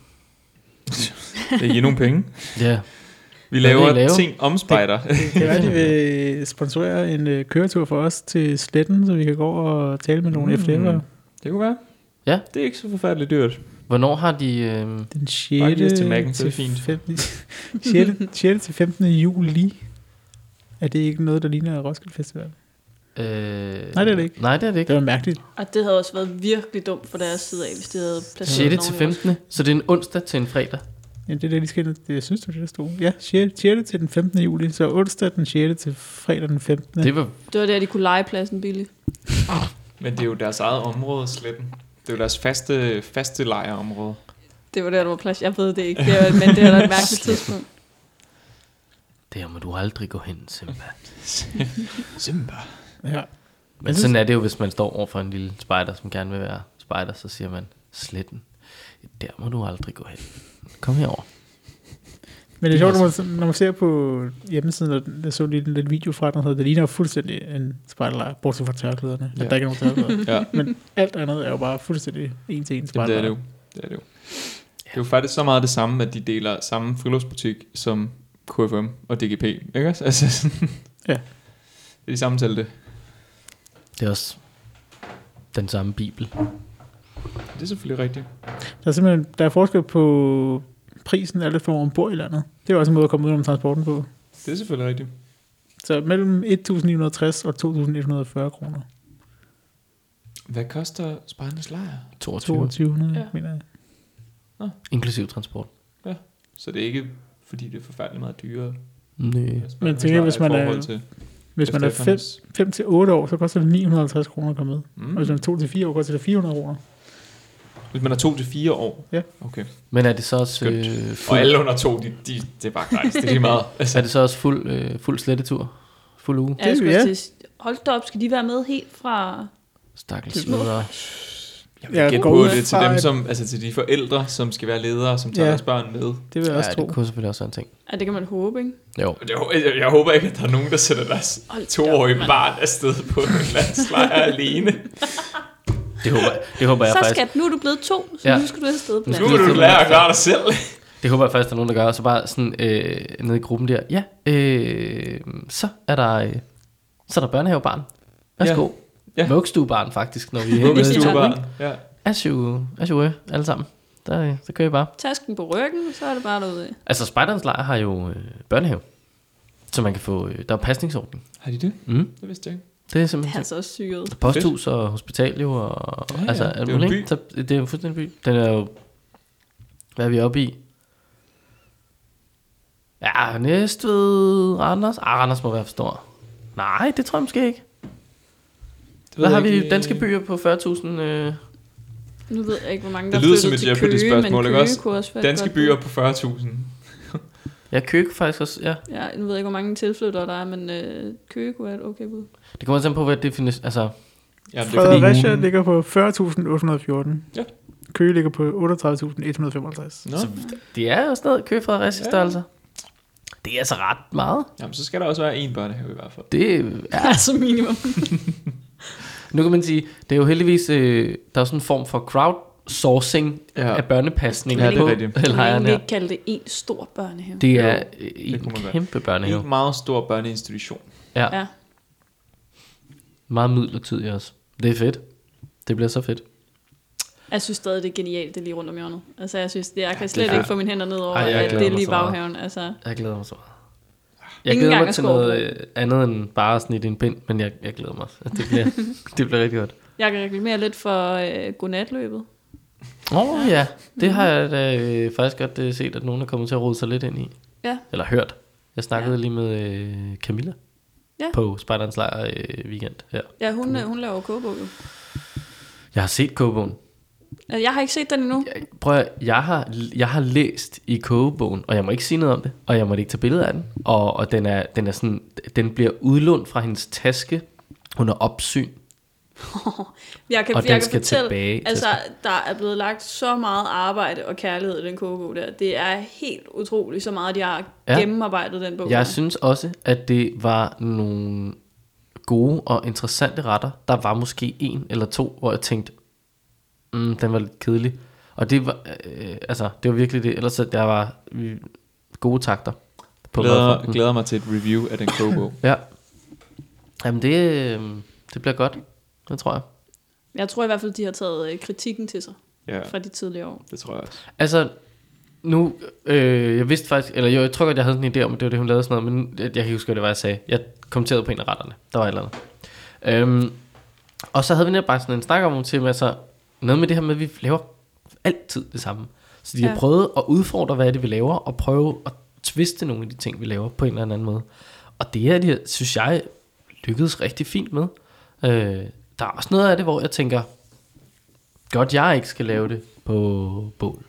Det er give nogle penge. Ja. Vi Hvad vil I laver lave? ting om spejder. det kan være, de vil sponsorere en øh, køretur for os til Sletten, så vi kan gå og tale med nogle Mm. F D F'ere. Det kunne være. Ja. Det er ikke så forfærdeligt dyrt. Hvornår har de... Øhm, Den Bare giv os sjette til Mac'en, så er det til fint. femtende sjette sjette til femtende juli. Er det ikke noget, der ligner Roskilde Festival? øh, Nej, det er det ikke. Nej, det er det ikke. Det var mærkeligt. Og det havde også været virkelig dumt for deres side af, hvis de havde placeret sjette nogen til i femtende Så det er en onsdag til en fredag. Ja, det er det, de skal ind. Det, jeg synes, det var det, der stod. Ja, sjette sjette til den femtende juli. Så onsdag den sjette til fredag den femtende Det var... Det var der, de kunne lege pladsen billigt. Men det er jo deres eget område, Sletten. Det er jo deres faste, faste lejreområde. Det var der, der var plads. Jeg ved det ikke, det var, men det var da et mærkeligt tidspunkt. Der må du aldrig gå hen, Simba. Simba. Ja. Men sådan er det jo, hvis man står over for en lille spejder, som gerne vil være spejder, så siger man, Sletten, der må du aldrig gå hen. Kom herover. Men det er sjovt, når man, når man ser på hjemmesiden, og jeg så lige en lille video fra den, det ligner jo fuldstændig en spejderlejr, bortset fra tørklæderne. Ja. At der ikke er nogen tørklæder. Ja, Men alt andet er jo bare fuldstændig en til en jamen, det er spejderlejr. det jo. Det er det jo. Det er jo faktisk så meget det samme, at de deler samme friluftsbutik som K F M og D G P, ikke også? Altså sådan, Ja. det er de samme til det. Det er også den samme bibel. Det er selvfølgelig rigtigt. Der er simpelthen der er forskel på prisen, alt for, hvor man bor i landet. Det er jo også en måde at komme ud om transporten på. Det er selvfølgelig rigtigt. Så mellem et tusind ni hundrede og tres og to tusind et hundrede og fyrre kroner. Hvad koster spejdernes lejr? toogtyve toogtyve hundrede, Ja. ja. mener jeg. Inklusiv transport. Så det er ikke, fordi det er forfærdeligt meget dyrere. Nø. Men tænker, hvis man er- Til Hvis man er fem til otte år, så koster det ni hundrede og halvtreds kroner at komme med. Mm. Og hvis man er to til fire år, koster det fire hundrede kroner. Hvis man er to til fire år? Ja. Okay. Men er det så også Skønt. øh, Og fuld, alle under to, de, de, det er bare gratis. Det er lige meget. Altså, er det så også fuld, øh, fuld slettetur? Fuld uge? Ja, jeg skulle ja. ja. til, hold da op, skal de være med helt fra... Stakkels Små. ledere. jeg vil Jeg gætte går på ud det til fra, dem, at- som, altså til de forældre, som skal være ledere, som tager Ja. deres børn med. Det vil jeg Ja, også tro. det kunne selvfølgelig også være en ting. Ja, det kan man håbe, ikke? Jo. Jeg, jeg, jeg håber ikke, at der er nogen, der sætter deres Hold da toårige op, mand. barn afsted på en landslejr alene. Det håber, det håber jeg Så faktisk. skat, nu er du blevet to, så Ja. ja. nu skal du afsted på Nu Nu landet. må du lære at klare dig selv. Det håber jeg faktisk, der er nogen, der gør. Og så bare sådan øh, nede i gruppen der. Ja, øh, så er der øh, så er der børnehavebarn. Værsgo. Ja. Ja. Vuggestuebarn faktisk, når vi er nede i Vuggestuebarn. toppen. Ja. As you, as you were, alle sammen. Der, øh, så kører I bare. Tasken på ryggen, så er det bare derude. Altså, Spejderens Lejr har jo øh, børnehave. Så man kan få, øh, der er pasningsordning. Har de det? Mm. Det vidste jeg ikke. Det er Det er simpelthen altså også syret. posthus og hospital jo, og Ja, ja, altså det er alt jo en muligt, by. ikke? Så det er jo fuldstændig en by. Den er jo, hvad er vi oppe i? Ja, Næstved, Randers. Ah, Randers må være for stor. Nej, det tror jeg måske ikke. Det Hvad ved har jeg vi ikke. danske byer på fyrre tusind? Øh, Nu ved jeg ikke, hvor mange Det der lyder er som flyttet et til Køge, Jeopardy-spørgsmål, men ikke Køge også? kunne også være et Danske godt byer bud. på fyrre tusind. Ja, Køge faktisk også, ja. Ja, nu ved jeg ikke, hvor mange tilflyttere der er, men øh, Køge kunne være et okay bud. Det kommer an på, hvad det findes, altså... Ja, Fredericia fordi... ligger på fyrre tusind otte hundrede og fjorten. Ja. Køge ligger på otteogtredive tusind et hundrede og femoghalvtreds. Nå. Så det er jo stadig Køge Fredericia størrelser. Ja. Det er altså ret meget. Jamen, så skal der også være en børnehave i hvert fald. Det Ja, er... som minimum. Nu kan man sige, det er jo heldigvis, øh, der er sådan en form for crowdsourcing Ja. af børnepasning Ja, det er på rigtigt. Man kan lejren egentlig her. ikke kalde det en stor børnehave. Det er Jo, øh, det en kunne man godt. kæmpe børnehave. En meget stor børneinstitution. Ja, Ja. meget midlertidig også. Det er fedt. Det bliver så fedt. Jeg synes stadig, det er genialt, det er lige rundt om hjørnet. Altså, jeg synes, det, jeg kan det slet er- ikke få mine hænder ned over, Ej, jeg at glæder det er mig lige så meget. baghaven. Altså, Jeg glæder mig så meget. Jeg Ingen glæder gang mig at til skåre noget øh, andet end bare sådan i din pind, men jeg, jeg glæder mig også. Det bliver, det bliver rigtig godt. jeg kan reklamere lidt for øh, godnatløbet. Åh oh, ja, det har jeg da, øh, faktisk godt øh, set, at nogen er kommet til at rode sig lidt ind i. Ja. Eller hørt. Jeg snakkede Ja. lige med øh, Camilla Ja. på Spejderens Lejr øh, weekend her. Ja, hun, øh, hun laver kogebog jo. Jeg har set kogebogen. Altså, jeg har ikke set den endnu. Jeg, prøv at, jeg har, jeg har læst i kogebogen, og jeg må ikke sige noget om det, og jeg må ikke tage billeder af den. Og, og den, er, den, er sådan, den bliver udlånt fra hendes taske under opsyn, Jeg kan, og jeg den kan skal fortælle, tilbage i altså, tasken. der er blevet lagt så meget arbejde og kærlighed i den kogebog der. Det er helt utroligt, så meget de har Ja. gennemarbejdet den bog. der. Jeg synes også, at det var nogle gode og interessante retter. Der var måske en eller to, hvor jeg tænkte, mm, den var lidt kedelig. Og det var, øh, altså, det var virkelig det. Ellers at der var øh, gode takter på Glæder, madfronten. glæder mig til et review af den kogebog. Ja. Jamen det, øh, det bliver godt. Det tror jeg. Jeg tror i hvert fald, de har taget øh, kritikken til sig Ja, fra de tidligere år. det tror jeg også. Altså, nu, øh, jeg vidste faktisk, eller jo, jeg tror godt, jeg havde sådan en idé om, at det var det, hun lavede sådan noget, men jeg, jeg kan ikke huske, hvad det var, jeg sagde. Jeg kommenterede på en af retterne. Der var et eller andet. Øhm, og så havde vi netop bare sådan en snak om til, altså, noget med det her med, at vi laver altid det samme. Så de Ja. har prøvet at udfordre, hvad det vi laver, og prøve at twiste nogle af de ting, vi laver på en eller anden måde. Og det er de, synes jeg, lykkedes rigtig fint med. Øh, der er også noget af det, hvor jeg tænker, godt jeg ikke skal lave det på bål.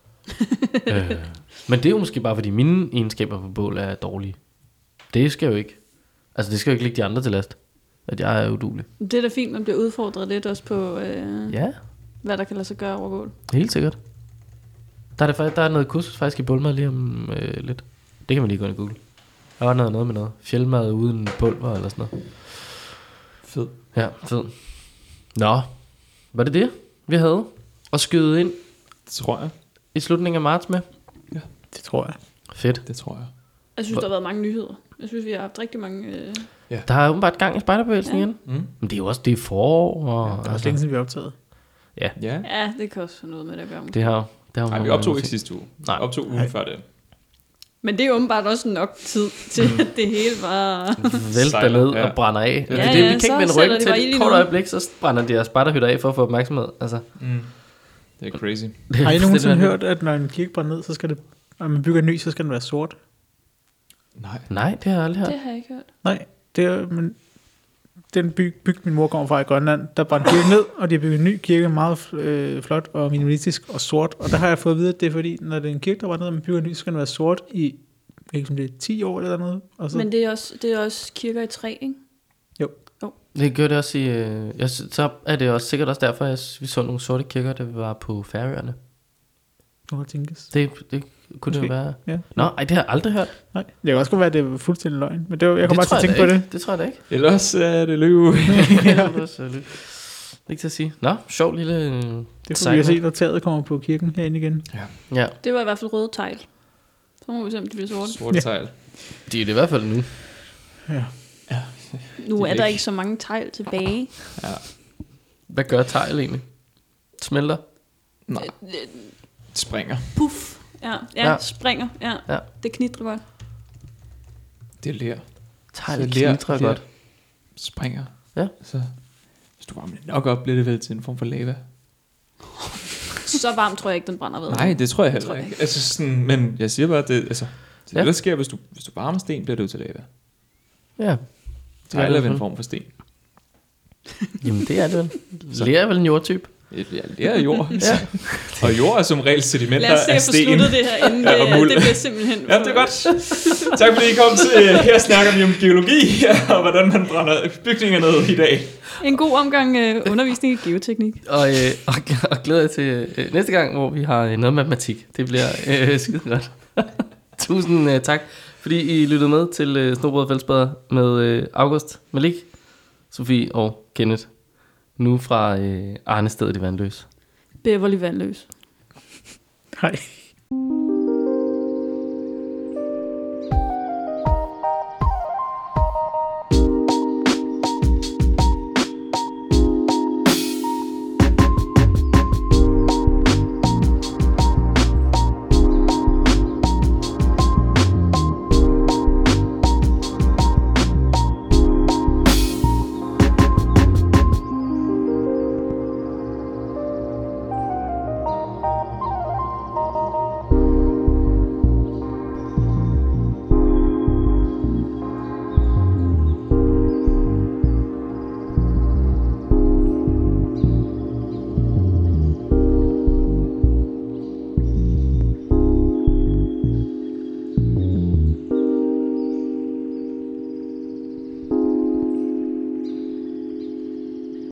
øh, men det er jo måske bare, fordi mine egenskaber på bål er dårlige. Det skal jo ikke. Altså det skal jo ikke ligge de andre til last, at jeg er uduelig. Det er da fint, man bliver udfordret lidt også på, øh, Ja, hvad der kan lade sig gøre over bål. helt sikkert. Der er, det, faktisk- der er noget kursus faktisk i bålmad lige om øh, lidt. Det kan man lige gå ind og google. Der var noget, noget med noget. Fjeldmad uden pulver eller sådan noget. Fed. Ja, fed. Nå, var det det, vi havde at skyde ind Det tror jeg. i slutningen af marts med? Det tror jeg. Fedt. Det tror jeg. Jeg synes, der har været mange nyheder. Jeg synes, vi har haft rigtig mange... Øh... Der er åbenbart gang i spejderbevægelsen Ja. igen. Mm. Men det er jo også, det er forår. Og, Ja, det er også længe siden, vi har optaget. Ja. Ja, det kan også have noget med det at gøre. det har, det har Nej, vi optog ikke sidste uge. Nej. Vi optog ugen Nej. før det. Men det er åbenbart også nok tid til, at det hele var... vælter Sejler, ned ja. og brænder af. Ja, Ja, det, er det, ja, vi så kan ikke vende sætter ryggen de til bare et ild i kort noget. øjeblik, så brænder de her spejderhytter af for at få opmærksomhed. Altså, Mm. Det er crazy. det Har I er nogensinde fuldstændig- hørt, at når en kirke brænder ned, så skal det, når man bygger en ny, så skal den være sort? Nej. Nej, det har jeg aldrig hørt. Det har jeg ikke hørt. Nej, det er, men den by, bygd, min mor kommer fra i Grønland, der brændte kirken ned, og de har bygget en ny kirke, meget øh, flot og minimalistisk og sort. Og der har jeg fået at vide, at det er fordi, når det er en kirke, der brænder ned, og man bygger en ny, så skal den være sort i, jeg ved ikke om det er ti år eller noget. Og så, Men det er, også, det er også kirker i træ, ikke? Det gør det også i... Øh, jeg, sy- så er det også sikkert også derfor, at vi så nogle sorte kirker, der var på Færøerne. nu kan tænkes. Det, det kunne det Måske. jo være. Ja. Nå, ej, det har jeg aldrig hørt. Nej, det kan også godt være, at det er fuldstændig løgn. Men det var, jeg kom det bare til at tror jeg tænke da på ikke. det. Det tror jeg da ikke. Ellers er det løve. Ja, det er så lidt- ikke til at sige. Nå, sjov lille... øh, Det får vi segment. at se, når taget kommer på kirken herinde igen. Ja, Det var i hvert fald røde tegl. Så må vi se, om det bliver sorte. Sorte tegl. det er det i hvert fald nu. Ja. Nu Det er er der væk. ikke så mange tegl tilbage. Ja. Hvad gør tegl egentlig? Smelter? Nej. Springer. Puff. Ja, ja, Ja. ja. springer. Ja. Ja. ja, det knitrer godt. Det er lær. Tegl Så ler- knitrer ler godt. Springer. Ja. Så hvis du varmer det nok op, bliver det vel til en form for lava. Så varmt tror jeg ikke, den brænder ved. Nej, det tror jeg Det heller tror jeg ikke. Altså sådan, men jeg siger bare, at det, altså, det Ja. ja. der sker, hvis du, hvis du varmer sten, bliver det jo til lava. Ja. Tegl er vel en det. form for sten. Jamen det er det vel. Ler er vel en jordtype. Ja, det er jord. Ja. Og jord er som regel sedimenter Lad os se af at få sten. sluttet det her, inden Ja, og det, muld. det bliver simpelthen... Ja, det er godt. Tak fordi I kom til. Her snakker vi om geologi, og hvordan man brænder bygninger ned i dag. En god omgang uh, undervisning i geoteknik. Og, øh, og, og glæder jeg til øh, næste gang, hvor vi har øh, noget matematik. Det bliver øh, skide godt. Tusind øh, tak, fordi I lyttede med til øh, Snobrød og Fællesbader med øh, August, Malik, Sofie og Kenneth. Nu fra øh, Arnestedet i Vandløs. Beverly Vandløs. Hej.